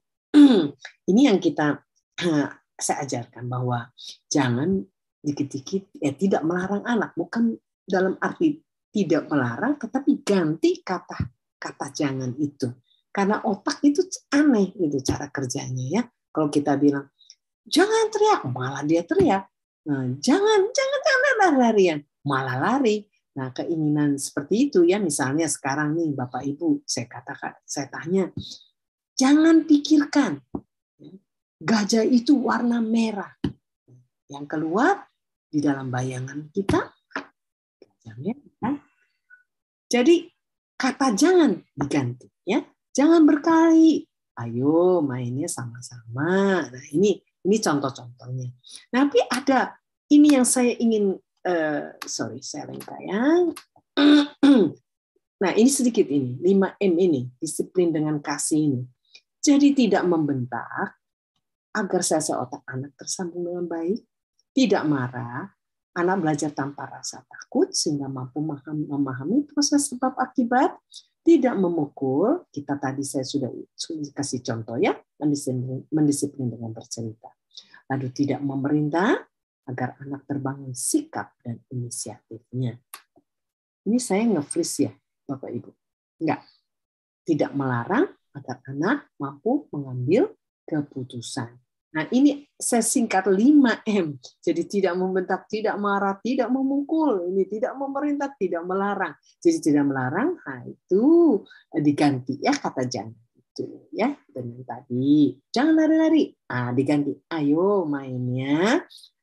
yang kita saya ajarkan bahwa jangan dikit-dikit tidak melarang anak, bukan dalam arti tidak melarang, tetapi ganti kata jangan itu. Karena otak itu aneh itu cara kerjanya ya. Kalau kita bilang jangan teriak, malah dia teriak. Nah, jangan lari-larian, malah lari. Nah, keinginan seperti itu ya, misalnya sekarang nih Bapak Ibu, saya tanya, jangan pikirkan gajah itu warna merah. Yang keluar di dalam bayangan kita gajah merah. Jadi kata jangan diganti ya. Jangan berkelahi. Ayo mainnya sama-sama. Nah, ini contoh-contohnya. Tapi ada ini yang saya ingin saya lengkayang. Nah, ini sedikit ini, 5M ini, disiplin dengan kasih ini. Jadi tidak membentak agar sel-sel otak anak tersambung dengan baik, tidak marah, anak belajar tanpa rasa takut sehingga mampu memahami proses sebab akibat, tidak memukul, kita tadi saya sudah kasih contoh ya, mendisiplin dengan bercerita. Lalu tidak memerintah agar anak terbangun sikap dan inisiatifnya. Ini saya nge-freeze ya, Bapak Ibu. Enggak. Tidak melarang agar anak mampu mengambil keputusan. Nah, ini saya singkat 5M. Jadi tidak membentak, tidak marah, tidak memukul, ini tidak memerintah, tidak melarang. Jadi tidak melarang, nah itu diganti ya kata jangan itu ya dengan tadi. Jangan lari-lari. Ah, diganti. Ayo mainnya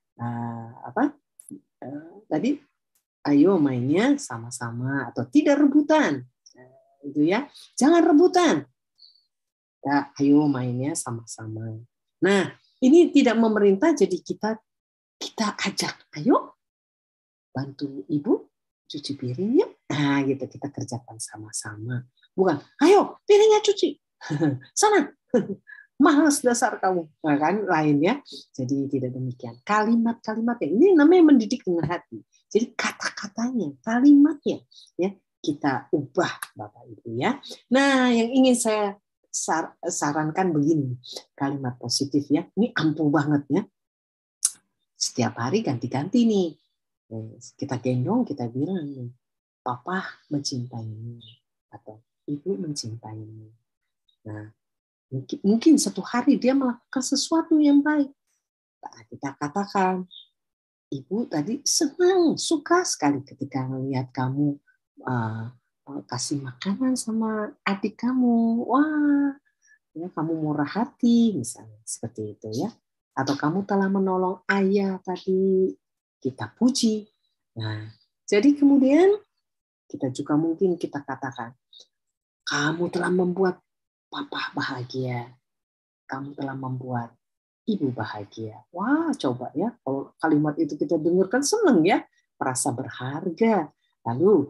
tadi ayo mainnya sama-sama atau tidak rebutan. Itu ya. Jangan rebutan. Ya, ayo mainnya sama-sama. Nah, ini tidak memerintah, jadi kita ajak, ayo bantu ibu cuci piringnya. Nah, gitu kita kerjakan sama-sama. Bukan, ayo piringnya cuci. Sana. Malas dasar kamu. Nah, kan lainnya. Jadi tidak demikian. Kalimat-kalimatnya ini namanya mendidik dengan hati. Jadi kata-katanya, kalimatnya ya kita ubah Bapak Ibu ya. Nah, yang ingin saya sarankan begini, kalimat positif ya, ini ampuh banget ya. Setiap hari ganti-ganti nih, kita gendong, kita bilang nih, Papa mencintaimu atau Ibu mencintaimu. Nah, mungkin satu hari dia melakukan sesuatu yang baik. Nah, kita katakan, Ibu tadi senang, suka sekali ketika melihat kamu kasih makanan sama adik kamu, wah, ya kamu murah hati misalnya seperti itu ya, atau kamu telah menolong ayah tadi, kita puji. Nah, jadi kemudian kita juga mungkin kita katakan, kamu telah membuat papa bahagia, kamu telah membuat ibu bahagia. Wah, coba ya, kalau kalimat itu kita dengarkan senang ya, merasa berharga. Lalu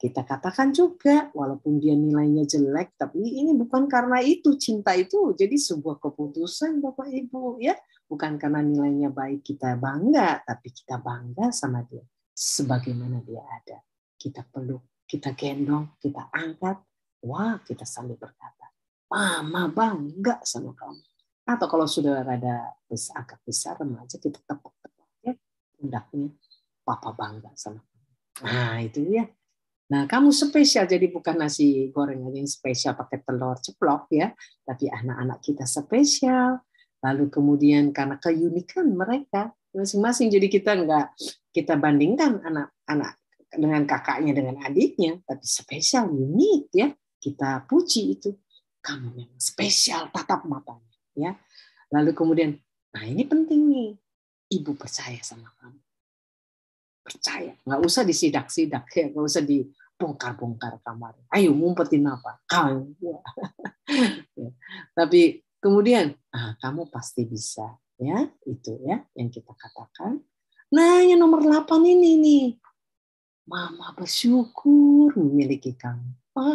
kita katakan juga, walaupun dia nilainya jelek, tapi ini bukan karena itu, cinta itu jadi sebuah keputusan Bapak Ibu, ya. Bukan karena nilainya baik kita bangga, tapi kita bangga sama dia. Sebagaimana dia ada. Kita peluk, kita gendong, kita angkat. Wah, kita sambil berkata, Mama bangga sama kamu. Atau kalau sudah rada agak besar, remaja, kita tepuk-tepuk ya, pundaknya. Papa bangga sama kamu. Nah, itu ya. Nah, kamu spesial, jadi bukan nasi goreng aja yang spesial pakai telur ceplok ya, tapi anak-anak kita spesial. Lalu kemudian karena keunikan mereka masing-masing, jadi kita bandingkan anak-anak dengan kakaknya dengan adiknya, tapi spesial, unik ya. Kita puji itu, kamu memang spesial, tatap matanya ya. Lalu kemudian, nah ini penting nih, ibu percaya sama kamu. Percaya, nggak usah disidak-sidak ya, nggak usah dibongkar-bongkar kamar. Ayo ngumpetin apa? Kau. Ya. Tapi kemudian, kamu pasti bisa ya, itu ya yang kita katakan. Nah, yang nomor 8 ini nih, Mama bersyukur memiliki kamu.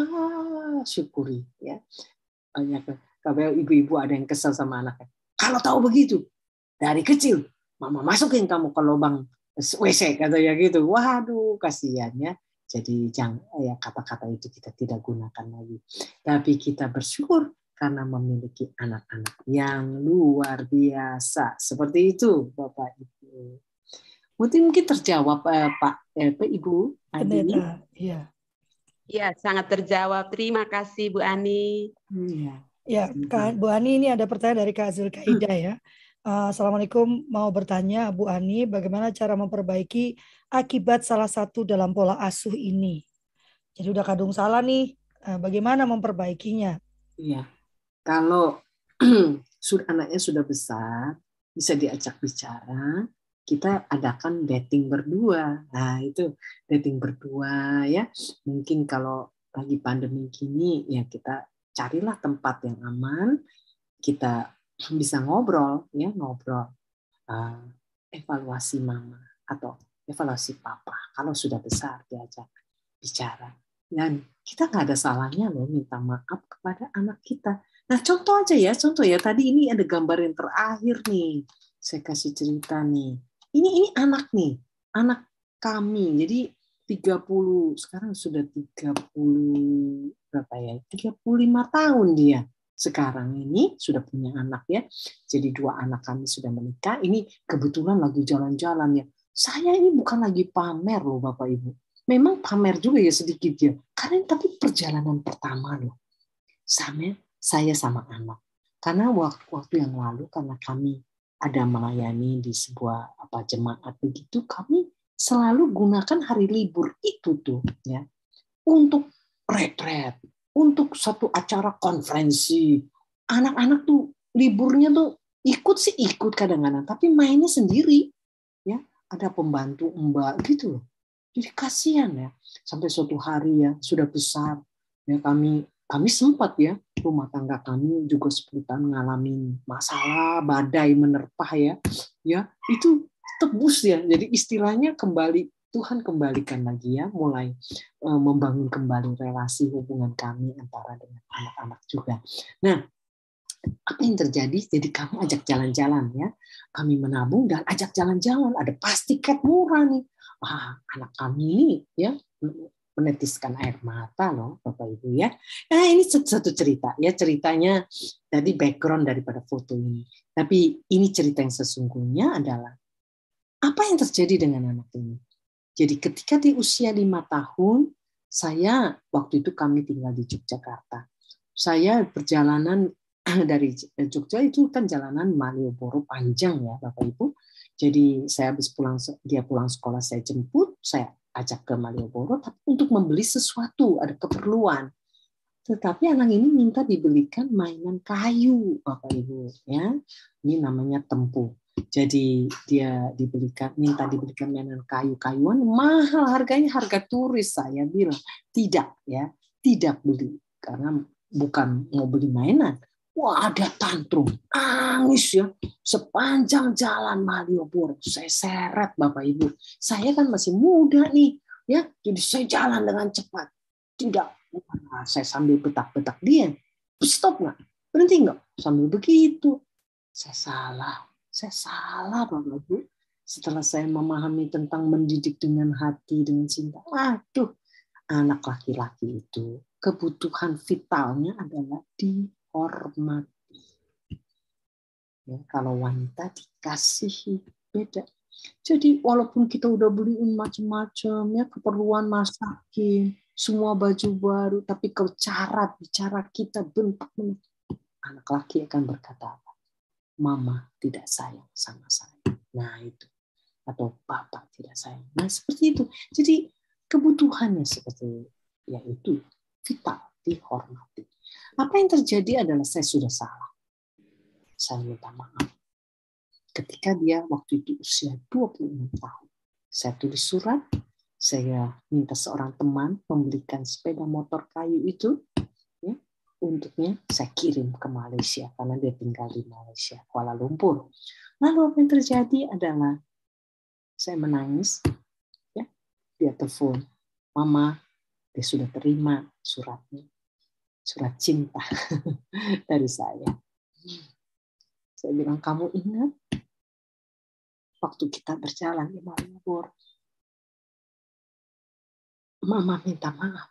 Syukuri ya. Banyak kalau ibu-ibu ada yang kesal sama anaknya. Kalau tahu begitu dari kecil, Mama masukin kamu ke lubang WC katanya gitu. Waduh, kasihan ya. Jadi jangan ya, kata-kata itu kita tidak gunakan lagi. Tapi kita bersyukur karena memiliki anak-anak yang luar biasa. Seperti itu, Bapak Ibu. Mungkin terjawab Pak Ibu Andi. Iya. Ya, sangat terjawab. Terima kasih Bu Ani. Iya. Ya, Bu Ani, ini ada pertanyaan dari Kak Zulkaidah ya. Assalamualaikum, mau bertanya Bu Ani, bagaimana cara memperbaiki akibat salah satu dalam pola asuh ini? Jadi udah kadung salah nih, bagaimana memperbaikinya? Iya, kalau anaknya sudah besar, bisa diajak bicara, kita adakan dating berdua. Nah itu dating berdua ya. Mungkin kalau lagi pandemi gini, ya kita carilah tempat yang aman, kita bisa ngobrol, evaluasi mama atau evaluasi papa. Kalau sudah besar diajak bicara, dan kita nggak ada salahnya loh minta maaf kepada anak kita. Nah contoh ya. Tadi ini ada gambar yang terakhir nih. Saya kasih cerita nih. Ini anak nih, anak kami. Jadi 30 sekarang sudah 30 berapa ya? 35 tahun dia. Sekarang ini sudah punya anak ya. Jadi 2 anak kami sudah menikah. Ini kebetulan lagi jalan-jalan ya. Saya ini bukan lagi pamer loh Bapak Ibu. Memang pamer juga ya sedikit ya. Karena tapi perjalanan pertama loh. Saya sama anak. Karena waktu yang lalu karena kami ada melayani di sebuah jemaat begitu, kami selalu gunakan hari libur itu tuh ya untuk retret, untuk satu acara konferensi. Anak-anak tuh liburnya tuh ikut kadang-kadang, tapi mainnya sendiri ya. Ada pembantu mbak gitu loh. Jadi kasihan ya. Sampai suatu hari ya sudah besar ya kami sempat ya, rumah tangga kami juga 10 tahun ngalamin masalah badai menerpah ya itu tebus ya. Jadi istilahnya kembali, Tuhan kembalikan lagi ya, mulai membangun kembali relasi hubungan kami antara dengan anak-anak juga. Nah, apa yang terjadi? Jadi kami ajak jalan-jalan ya, kami menabung dan ajak jalan-jalan. Ada pas tiket murah nih. Anak kami ya menetiskan air mata loh Bapak Ibu ya. Nah ini satu cerita ya, ceritanya tadi background daripada foto ini. Tapi ini cerita yang sesungguhnya adalah apa yang terjadi dengan anak ini. Jadi ketika di usia 5 tahun, saya waktu itu kami tinggal di Yogyakarta. Saya perjalanan dari Jogja itu kan jalanan Malioboro panjang ya Bapak Ibu. Jadi saya habis dia pulang sekolah saya jemput, saya ajak ke Malioboro tapi untuk membeli sesuatu, ada keperluan. Tetapi anak ini minta dibelikan mainan kayu, Bapak Ibu ya. Ini namanya tempu. Jadi dia minta dibelikan mainan kayu-kayuan mahal, harganya harga turis. Saya bilang tidak ya, tidak beli karena bukan mau beli mainan. Wah, ada tantrum, nangis ya, sepanjang jalan Malioboro. Saya seret Bapak Ibu. Saya kan masih muda nih, Ya, jadi saya jalan dengan cepat. Tidak, saya sambil betak-betak dia. Stop nggak? Berhenti nggak? Sambil begitu. Saya salah Bapak Ibu. Setelah saya memahami tentang mendidik dengan hati, dengan cinta. Waduh, anak laki-laki itu kebutuhan vitalnya adalah dihormati. Ya, kalau wanita dikasihi, beda. Jadi walaupun kita udah beliin macam-macam ya, keperluan masakin, semua baju baru, tapi kalau cara bicara kita bentak, anak laki akan berkata apa? Mama tidak sayang sama saya. Nah itu. Atau bapak tidak sayang. Nah seperti itu. Jadi kebutuhannya seperti yaitu vital, dihormati. Apa yang terjadi adalah saya sudah salah. Saya minta maaf. Ketika dia waktu itu usia 26 tahun. Saya tulis surat, saya minta seorang teman membelikan sepeda motor kayu itu, ya, untuknya saya kirim ke Malaysia, karena dia tinggal di Malaysia, Kuala Lumpur. Lalu apa yang terjadi adalah, saya menangis, ya, dia telepon, Mama, dia sudah terima suratnya, surat cinta dari saya. Saya bilang, kamu ingat? Waktu kita berjalan di Maliobor, Mama minta maaf.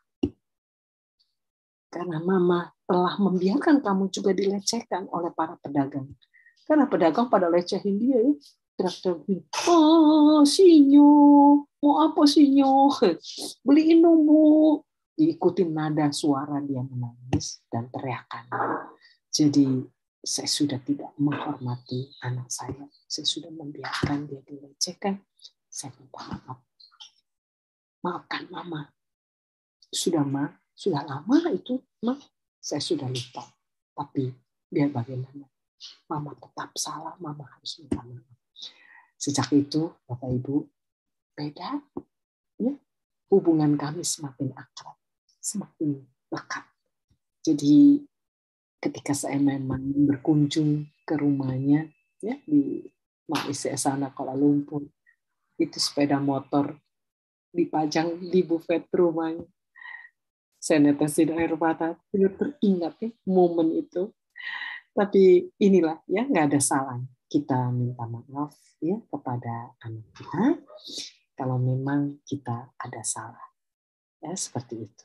Karena Mama telah membiarkan kamu juga dilecehkan oleh para pedagang. Karena pedagang pada lecehin dia ya. Teriak-teriak, oh Sinyo, mau apa Sinyo? Beliin dong Bu. Diikutin nada suara dia menangis dan teriakan. Jadi saya sudah tidak menghormati anak saya. Saya sudah membiarkan dia dilecehkan. Saya minta maaf. Maafkan Mama. Sudah lama itu, Ma. Saya sudah lupa. Tapi biar bagaimana. Mama tetap salah. Mama harus minta maaf. Sejak itu, Bapak Ibu, beda. Ya, hubungan kami semakin akrab. Semakin lekat. Jadi ketika saya memang berkunjung ke rumahnya ya di Malaysia sana Kuala Lumpur, itu sepeda motor dipajang di bufet rumahnya. Saya netesin air mata, teringat ya momen itu. Tapi inilah ya, nggak ada salah kita minta maaf ya kepada anak kita kalau memang kita ada salah ya, seperti itu.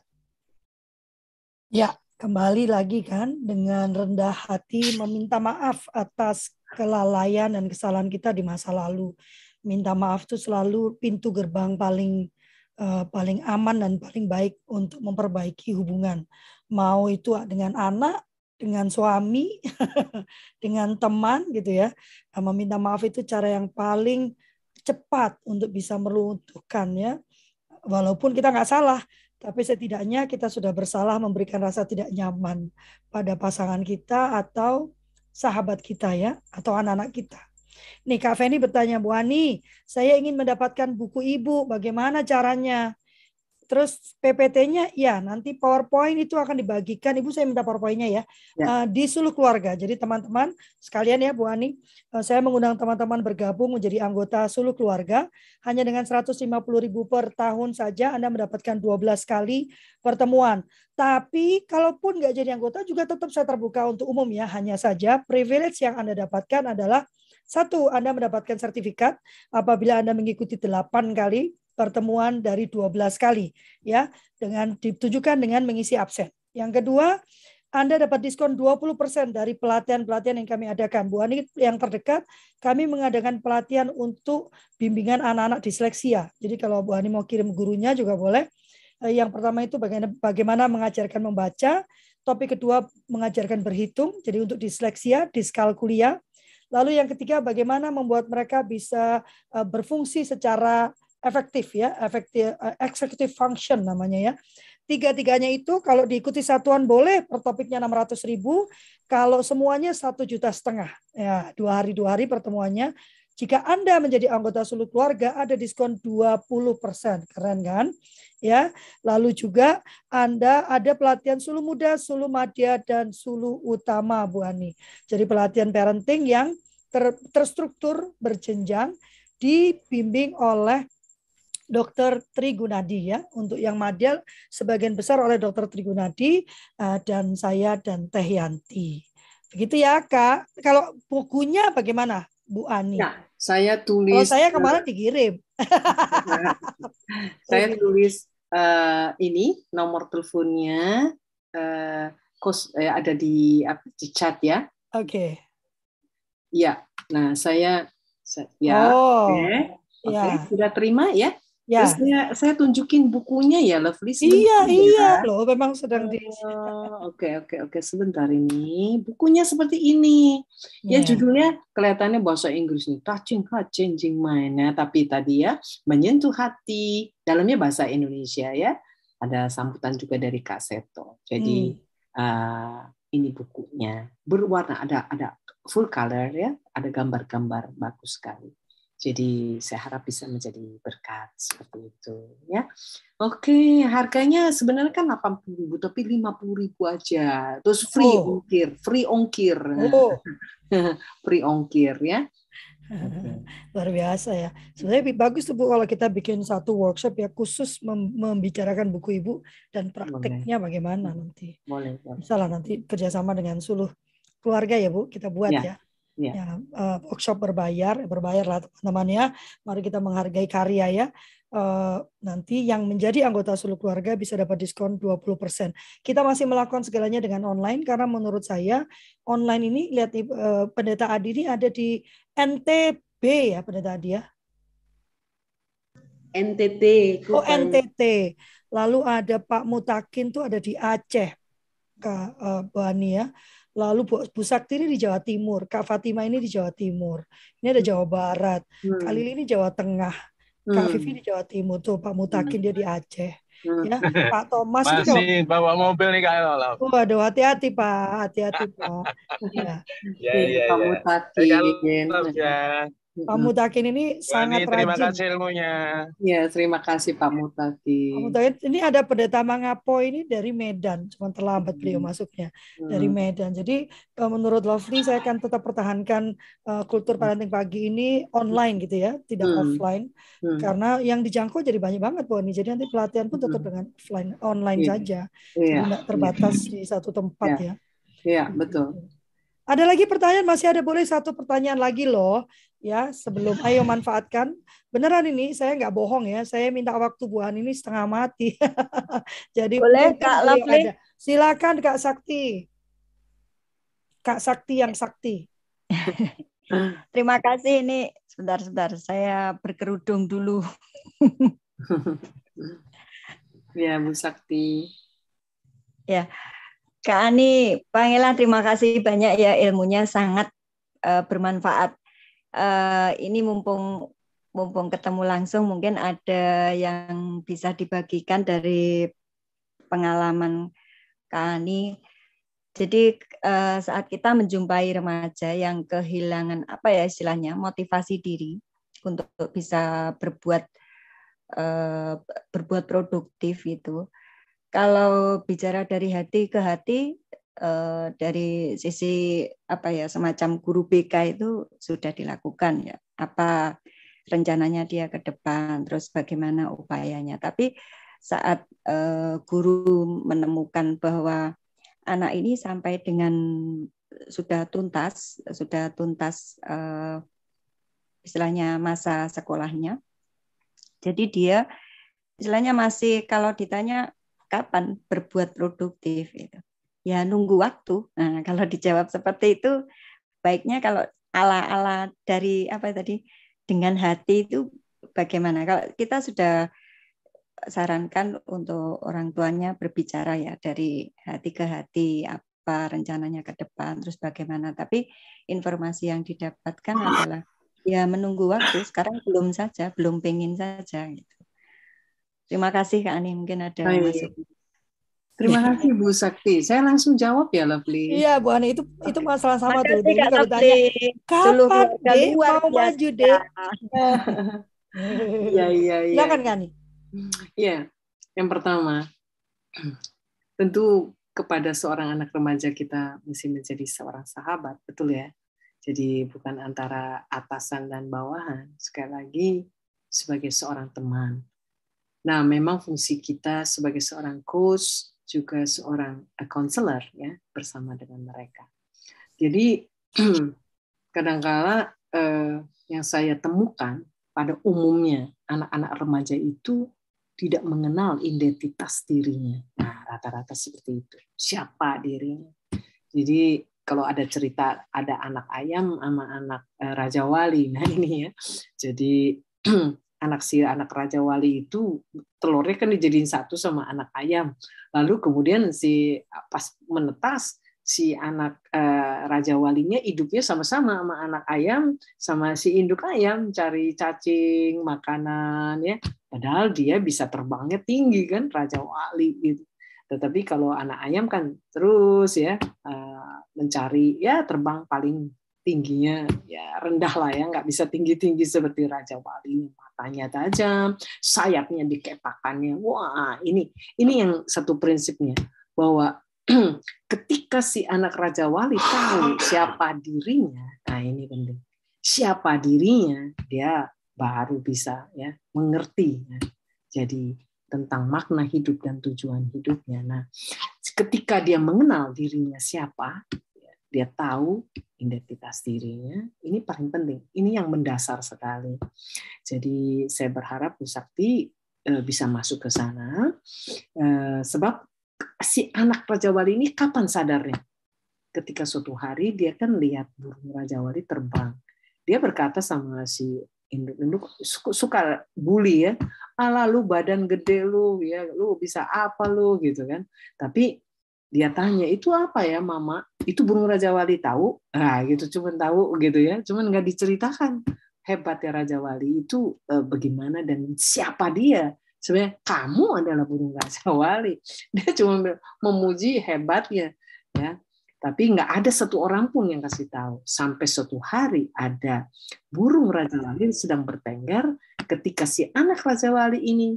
Ya, kembali lagi kan dengan rendah hati meminta maaf atas kelalaian dan kesalahan kita di masa lalu. Minta maaf itu selalu pintu gerbang paling aman dan paling baik untuk memperbaiki hubungan. Mau itu dengan anak, dengan suami, dengan teman gitu ya. Meminta maaf itu cara yang paling cepat untuk bisa meruntuhkan ya. Walaupun kita nggak salah, tapi setidaknya kita sudah bersalah memberikan rasa tidak nyaman pada pasangan kita atau sahabat kita ya, atau anak-anak kita. Nih Kak Feni bertanya, Bu Ani, saya ingin mendapatkan buku Ibu, bagaimana caranya? Terus PPT-nya, ya nanti PowerPoint itu akan dibagikan. Ibu saya minta PowerPoint-nya ya. Di Suluh Keluarga. Jadi teman-teman sekalian ya Bu Ani, saya mengundang teman-teman bergabung menjadi anggota Suluh Keluarga. Hanya dengan 150.000 per tahun saja Anda mendapatkan 12 kali pertemuan. Tapi kalaupun nggak jadi anggota juga tetap saya terbuka untuk umum ya. Hanya saja privilege yang Anda dapatkan adalah satu, Anda mendapatkan sertifikat apabila Anda mengikuti 8 kali pertemuan dari 12 kali ya, dengan ditujukan dengan mengisi absen. Yang kedua, Anda dapat diskon 20% dari pelatihan-pelatihan yang kami adakan. Bu Ani yang terdekat, kami mengadakan pelatihan untuk bimbingan anak-anak disleksia. Jadi kalau Bu Ani mau kirim gurunya juga boleh. Yang pertama itu bagaimana mengajarkan membaca. Topik kedua mengajarkan berhitung. Jadi untuk disleksia, diskalkulia. Lalu yang ketiga bagaimana membuat mereka bisa berfungsi secara efektif ya, executive function namanya ya. Tiga-tiganya itu kalau diikuti satuan boleh, per topiknya 600.000. Kalau semuanya 1,5 juta ya, 2 hari pertemuannya. Jika Anda menjadi anggota Suluh Keluarga ada diskon 20%, keren kan? Ya. Lalu juga Anda ada pelatihan Suluh Muda, Suluh Madya dan Suluh Utama Bu Ani. Jadi pelatihan parenting yang terstruktur berjenjang dibimbing oleh Dr. Trigunadi ya. Untuk yang Madya sebagian besar oleh Dr. Trigunadi dan saya dan Teh Yanti. Begitu ya Kak. Kalau bukunya bagaimana Bu Ani? Ya, saya Kalau tulis. saya kemarin dikirim. Saya tulis ini nomor teleponnya ada di chat ya. Oke. Ya, nah saya Oke, sudah terima ya. Ya. Terus saya tunjukin bukunya ya, Lovely. Iya loh, memang sedang di. Oke, sebentar ini. Bukunya seperti ini. Ya judulnya kelihatannya bahasa Inggris nih, touching heart, changing mind. Nah, tapi tadi ya menyentuh hati. Dalamnya bahasa Indonesia ya. Ada sambutan juga dari Kak Seto. Jadi ini bukunya berwarna, ada full color ya, ada gambar-gambar bagus sekali. Jadi saya harap bisa menjadi berkat seperti itu ya. Oke, harganya sebenarnya kan 80.000 tapi 50.000 aja. Terus free ongkir. Free ongkir ya. Luar biasa ya. Sebenarnya bagus tuh Bu kalau kita bikin satu workshop ya khusus membicarakan buku Ibu dan prakteknya bagaimana nanti. Boleh. Misalnya nanti kerjasama dengan Suluh Keluarga ya Bu, kita buat ya. Ya, workshop berbayar lah teman-teman ya. Mari kita menghargai karya ya. Nanti yang menjadi anggota Suluh Keluarga bisa dapat diskon 20%. Kita masih melakukan segalanya dengan online karena menurut saya online ini lihat Pendeta Adi ini ada di NTB ya Pendeta Adi ya. NTT. Oh NTT. Lalu ada Pak Mutakin tuh ada di Aceh. Kak Bani ya. Lalu Bu Sakti ini di Jawa Timur, Kak Fatima ini di Jawa Timur, ini ada Jawa Barat, Kak Lili ini Jawa Tengah, Kak Vivi di Jawa Timur, tuh Pak Mutakin dia di Aceh, ya Pak Thomas masih ini bawa mobil nih Kak Lola. Waduh, hati-hati Pak, Pak. Ya. Pak Mutakin. Pak Mutakin ini sangat rajin. Terima kasih ilmunya. Ya, terima kasih Pak Mutakin. Pak Mutakin ini ada Pendeta Mangapo ini dari Medan, cuma terlambat beliau masuknya dari Medan. Jadi menurut Lovely saya akan tetap pertahankan kultur parenting pagi ini online gitu ya, tidak offline. Karena yang dijangkau jadi banyak banget Bu ini. Jadi nanti pelatihan pun tetap dengan online saja. Jadi nggak terbatas di satu tempat ya. Iya, betul. Ada lagi pertanyaan? Masih ada, boleh satu pertanyaan lagi loh. Ya, sebelum ayo manfaatkan. Beneran ini saya nggak bohong ya. Saya minta waktu Bu Ani ini setengah mati. Jadi boleh Kak Lovely. Silakan Kak Sakti. Kak Sakti yang sakti. Terima kasih ini. Sebentar. Saya berkerudung dulu. Ya, Bu Sakti. Ya. Kak Ani, Pangela terima kasih banyak ya, ilmunya sangat bermanfaat. Ini mumpung ketemu langsung mungkin ada yang bisa dibagikan dari pengalaman Kak Ani. Jadi saat kita menjumpai remaja yang kehilangan apa ya istilahnya motivasi diri untuk bisa berbuat produktif itu. Kalau bicara dari hati ke hati, dari sisi apa ya semacam guru BK itu sudah dilakukan ya. Apa rencananya dia ke depan, terus bagaimana upayanya. Tapi saat guru menemukan bahwa anak ini sampai dengan sudah tuntas istilahnya masa sekolahnya. Jadi dia istilahnya masih kalau ditanya kapan berbuat produktif itu. Ya nunggu waktu. Nah, kalau dijawab seperti itu baiknya kalau ala-ala dari apa tadi dengan hati itu bagaimana? Kalau kita sudah sarankan untuk orang tuanya berbicara ya dari hati ke hati apa rencananya ke depan terus bagaimana. Tapi informasi yang didapatkan adalah ya menunggu waktu. Sekarang belum pengen saja gitu. Terima kasih Kak Ani, mungkin ada masuk. Terima kasih Bu Sakti. Saya langsung jawab ya Lovely. Iya Bu Ani, itu masalah sama tuh. Jadi kalau ditanya kapan Dek mau maju Dek? Iya. Silakan Kak Ani. Iya, yang pertama tentu kepada seorang anak remaja kita mesti menjadi seorang sahabat, betul ya. Jadi bukan antara atasan dan bawahan, sekali lagi sebagai seorang teman. Nah, memang fungsi kita sebagai seorang coach juga seorang counselor ya bersama dengan mereka. Jadi kadang-kala yang saya temukan pada umumnya anak-anak remaja itu tidak mengenal identitas dirinya. Nah, rata-rata seperti itu. Siapa dirinya? Jadi kalau ada cerita ada anak ayam sama anak Raja Wali. Nah, ini ya. Jadi anak Raja Wali itu telurnya kan dijadiin satu sama anak ayam. Lalu kemudian pas menetas si anak Raja Walinya hidupnya sama-sama sama anak ayam sama si induk ayam cari cacing makanan ya. Padahal dia bisa terbangnya tinggi kan Raja Wali gitu. Tetapi kalau anak ayam kan terus ya mencari ya terbang paling tingginya ya rendah lah ya, nggak bisa tinggi-tinggi seperti Raja Wali, matanya tajam, sayapnya dikepakannya. Wah, ini yang satu prinsipnya bahwa ketika si anak Raja Wali tahu siapa dirinya, nah ini penting. Siapa dirinya, dia baru bisa ya mengerti. Ya. Jadi tentang makna hidup dan tujuan hidupnya. Nah, ketika dia mengenal dirinya siapa, dia tahu identitas dirinya, ini paling penting. Ini yang mendasar sekali. Jadi saya berharap Bu Sakti bisa masuk ke sana, sebab si anak Raja Wali ini kapan sadarnya? Ketika suatu hari dia kan lihat burung Raja Wali terbang. Dia berkata sama si induk-induk suka bully ya, ala lu badan gede lu ya, lu bisa apa lu gitu kan. Tapi dia tanya, itu apa ya mama? Itu burung Raja Wali, tahu? Nah gitu, cuman tahu gitu ya, cuman nggak diceritakan. Hebatnya Raja Wali itu bagaimana dan siapa dia. Sebenarnya kamu adalah burung Raja Wali. Dia cuma memuji hebatnya ya. Tapi nggak ada satu orang pun yang kasih tahu. Sampai suatu hari ada burung Raja Wali sedang bertengger ketika si anak Raja Wali ini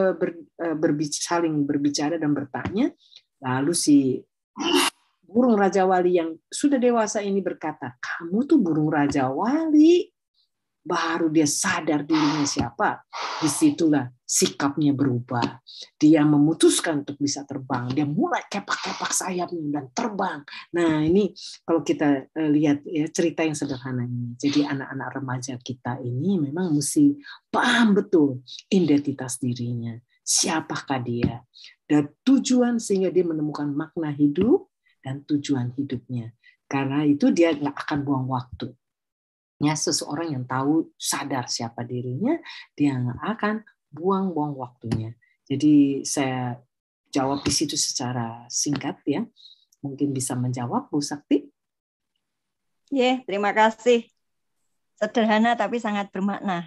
saling berbicara dan bertanya. Lalu si burung Raja Wali yang sudah dewasa ini berkata, kamu tuh burung Raja Wali. Baru dia sadar dirinya siapa. Disitulah sikapnya berubah. Dia memutuskan untuk bisa terbang. Dia mulai kepak-kepak sayapnya dan terbang. Nah ini kalau kita lihat ya cerita yang sederhana ini. Jadi anak-anak remaja kita ini memang mesti paham betul identitas dirinya. Siapakah dia? Dan tujuan sehingga dia menemukan makna hidup dan tujuan hidupnya. Karena itu dia nggak akan buang waktu. Ya, seseorang yang tahu sadar siapa dirinya, dia nggak akan buang-buang waktunya. Jadi saya jawab di situ secara singkat ya. Mungkin bisa menjawab Bu Sakti. Ya, terima kasih. Sederhana tapi sangat bermakna.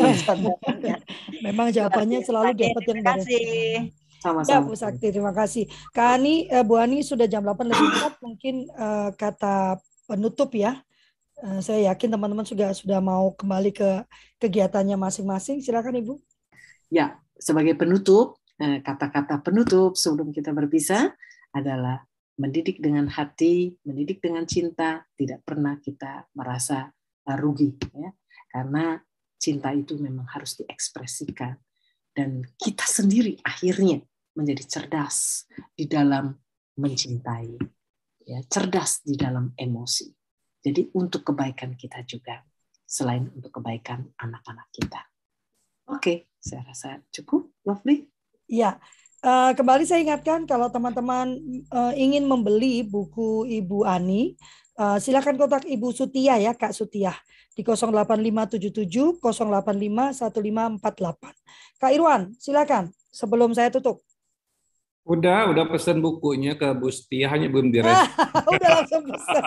Memang jawabannya selalu dapat yang terima kasih. Ya Bu Sakti, terima kasih. Kak Ani, Bu Ani sudah jam 8 lebih 4, mungkin kata penutup ya. Saya yakin teman-teman sudah mau kembali ke kegiatannya masing-masing. Silakan Ibu. Ya, sebagai penutup, kata-kata penutup sebelum kita berpisah adalah mendidik dengan hati, mendidik dengan cinta, tidak pernah kita merasa rugi. Ya. Karena cinta itu memang harus diekspresikan. Dan kita sendiri akhirnya menjadi cerdas di dalam mencintai. Ya, cerdas di dalam emosi. Jadi untuk kebaikan kita juga, selain untuk kebaikan anak-anak kita. Oke, saya rasa cukup, Lovely. Ya, kembali saya ingatkan kalau teman-teman ingin membeli buku Ibu Ani, silakan kontak Ibu Sutia ya, Kak Sutia di 08577 085 1548. Kak Irwan, silakan sebelum saya tutup. Udah pesan bukunya ke Bu Setia, hanya belum direspon. Udah langsung pesan.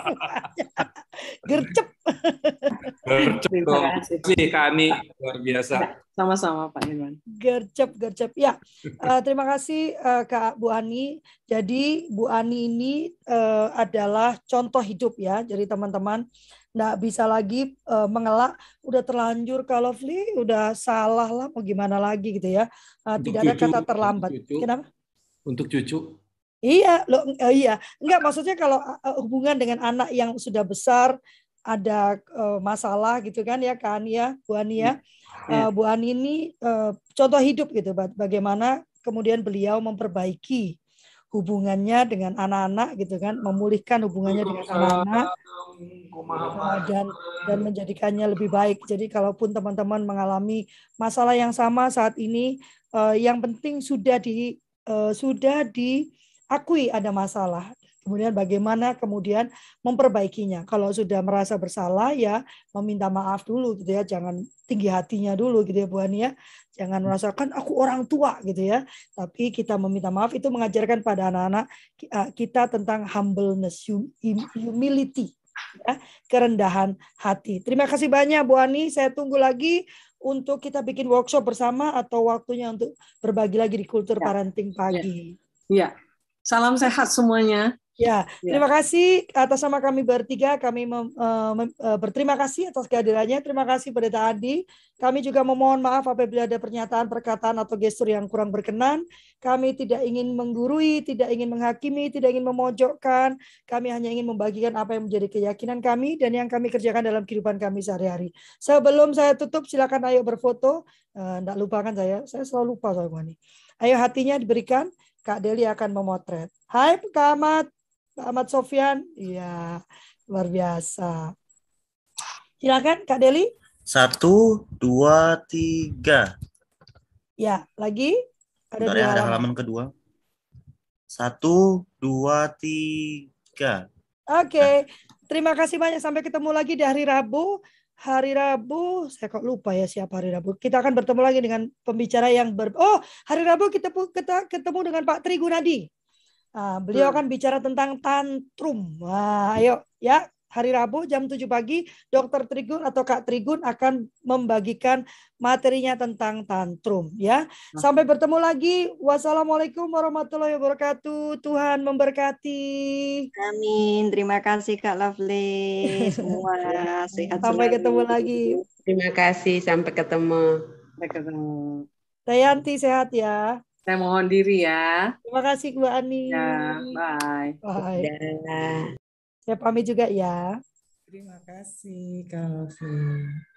Gercep. Terima kasih Kak Ani, luar biasa. Sama-sama Pak Irwan. Gercep. Ya, terima kasih Kak Bu Ani. Jadi Bu Ani ini adalah contoh hidup ya. Jadi teman-teman nggak bisa lagi mengelak. Udah terlanjur kalau Lovely, udah salah lah. Mau gimana lagi gitu ya. Tidak ada kata terlambat. Kenapa? Untuk cucu. Iya, iya. Enggak, maksudnya kalau hubungan dengan anak yang sudah besar, ada masalah gitu kan ya kan ya Bu Ani ya. Bu Ani ini contoh hidup gitu bagaimana kemudian beliau memperbaiki hubungannya dengan anak-anak gitu kan, memulihkan hubungannya dengan anak-anak dan menjadikannya lebih baik. Jadi kalaupun teman-teman mengalami masalah yang sama saat ini, yang penting sudah diakui ada masalah. Kemudian bagaimana kemudian memperbaikinya. Kalau sudah merasa bersalah ya meminta maaf dulu gitu ya, jangan tinggi hatinya dulu gitu ya Bu Ani ya. Jangan merasakan aku orang tua gitu ya. Tapi kita meminta maaf itu mengajarkan pada anak-anak kita tentang humbleness, humility, ya, kerendahan hati. Terima kasih banyak Bu Ani. Saya tunggu lagi untuk kita bikin workshop bersama atau waktunya untuk berbagi lagi di kultur parenting pagi. Ya. Salam sehat semuanya. Ya, terima kasih atas nama kami bertiga. Kami berterima kasih atas kehadirannya. Terima kasih pada Adi. Kami juga memohon maaf apabila ada pernyataan, perkataan, atau gestur yang kurang berkenan. Kami tidak ingin menggurui, tidak ingin menghakimi, tidak ingin memojokkan. Kami hanya ingin membagikan apa yang menjadi keyakinan kami dan yang kami kerjakan dalam kehidupan kami sehari-hari. Sebelum saya tutup, silakan ayo berfoto. Tidak lupakan saya selalu lupa soal ini. Ayo hatinya diberikan. Kak Deli akan memotret. Hai Kak Ahmad. Pak Ahmad Sofyan, iya luar biasa. Silakan Kak Deli. 1, 2, 3. Ya, lagi ada Bentar dua ya, ada halaman. halaman kedua. 1, 2, 3. Oke, terima kasih banyak. Sampai ketemu lagi di hari Rabu. Hari Rabu, saya kok lupa ya siapa hari Rabu. Kita akan bertemu lagi dengan pembicara yang hari Rabu kita ketemu dengan Pak Tri Gunadi. Beliau akan bicara tentang tantrum. Wah, ayo ya, hari Rabu jam 7 pagi Dr. Trigun atau Kak Trigun akan membagikan materinya tentang tantrum ya. Sampai bertemu lagi. Wassalamualaikum warahmatullahi wabarakatuh. Tuhan memberkati. Amin. Terima kasih Kak Lovely. Semua sehat Sampai selalu. ketemu lagi. Terima kasih, sampai ketemu. Sampai ketemu. Dayanti sehat ya. Saya mohon diri ya. Terima kasih Bu Ani. Ya, bye. Bye. Dah. Saya pamit juga ya. Terima kasih Kak Lovely.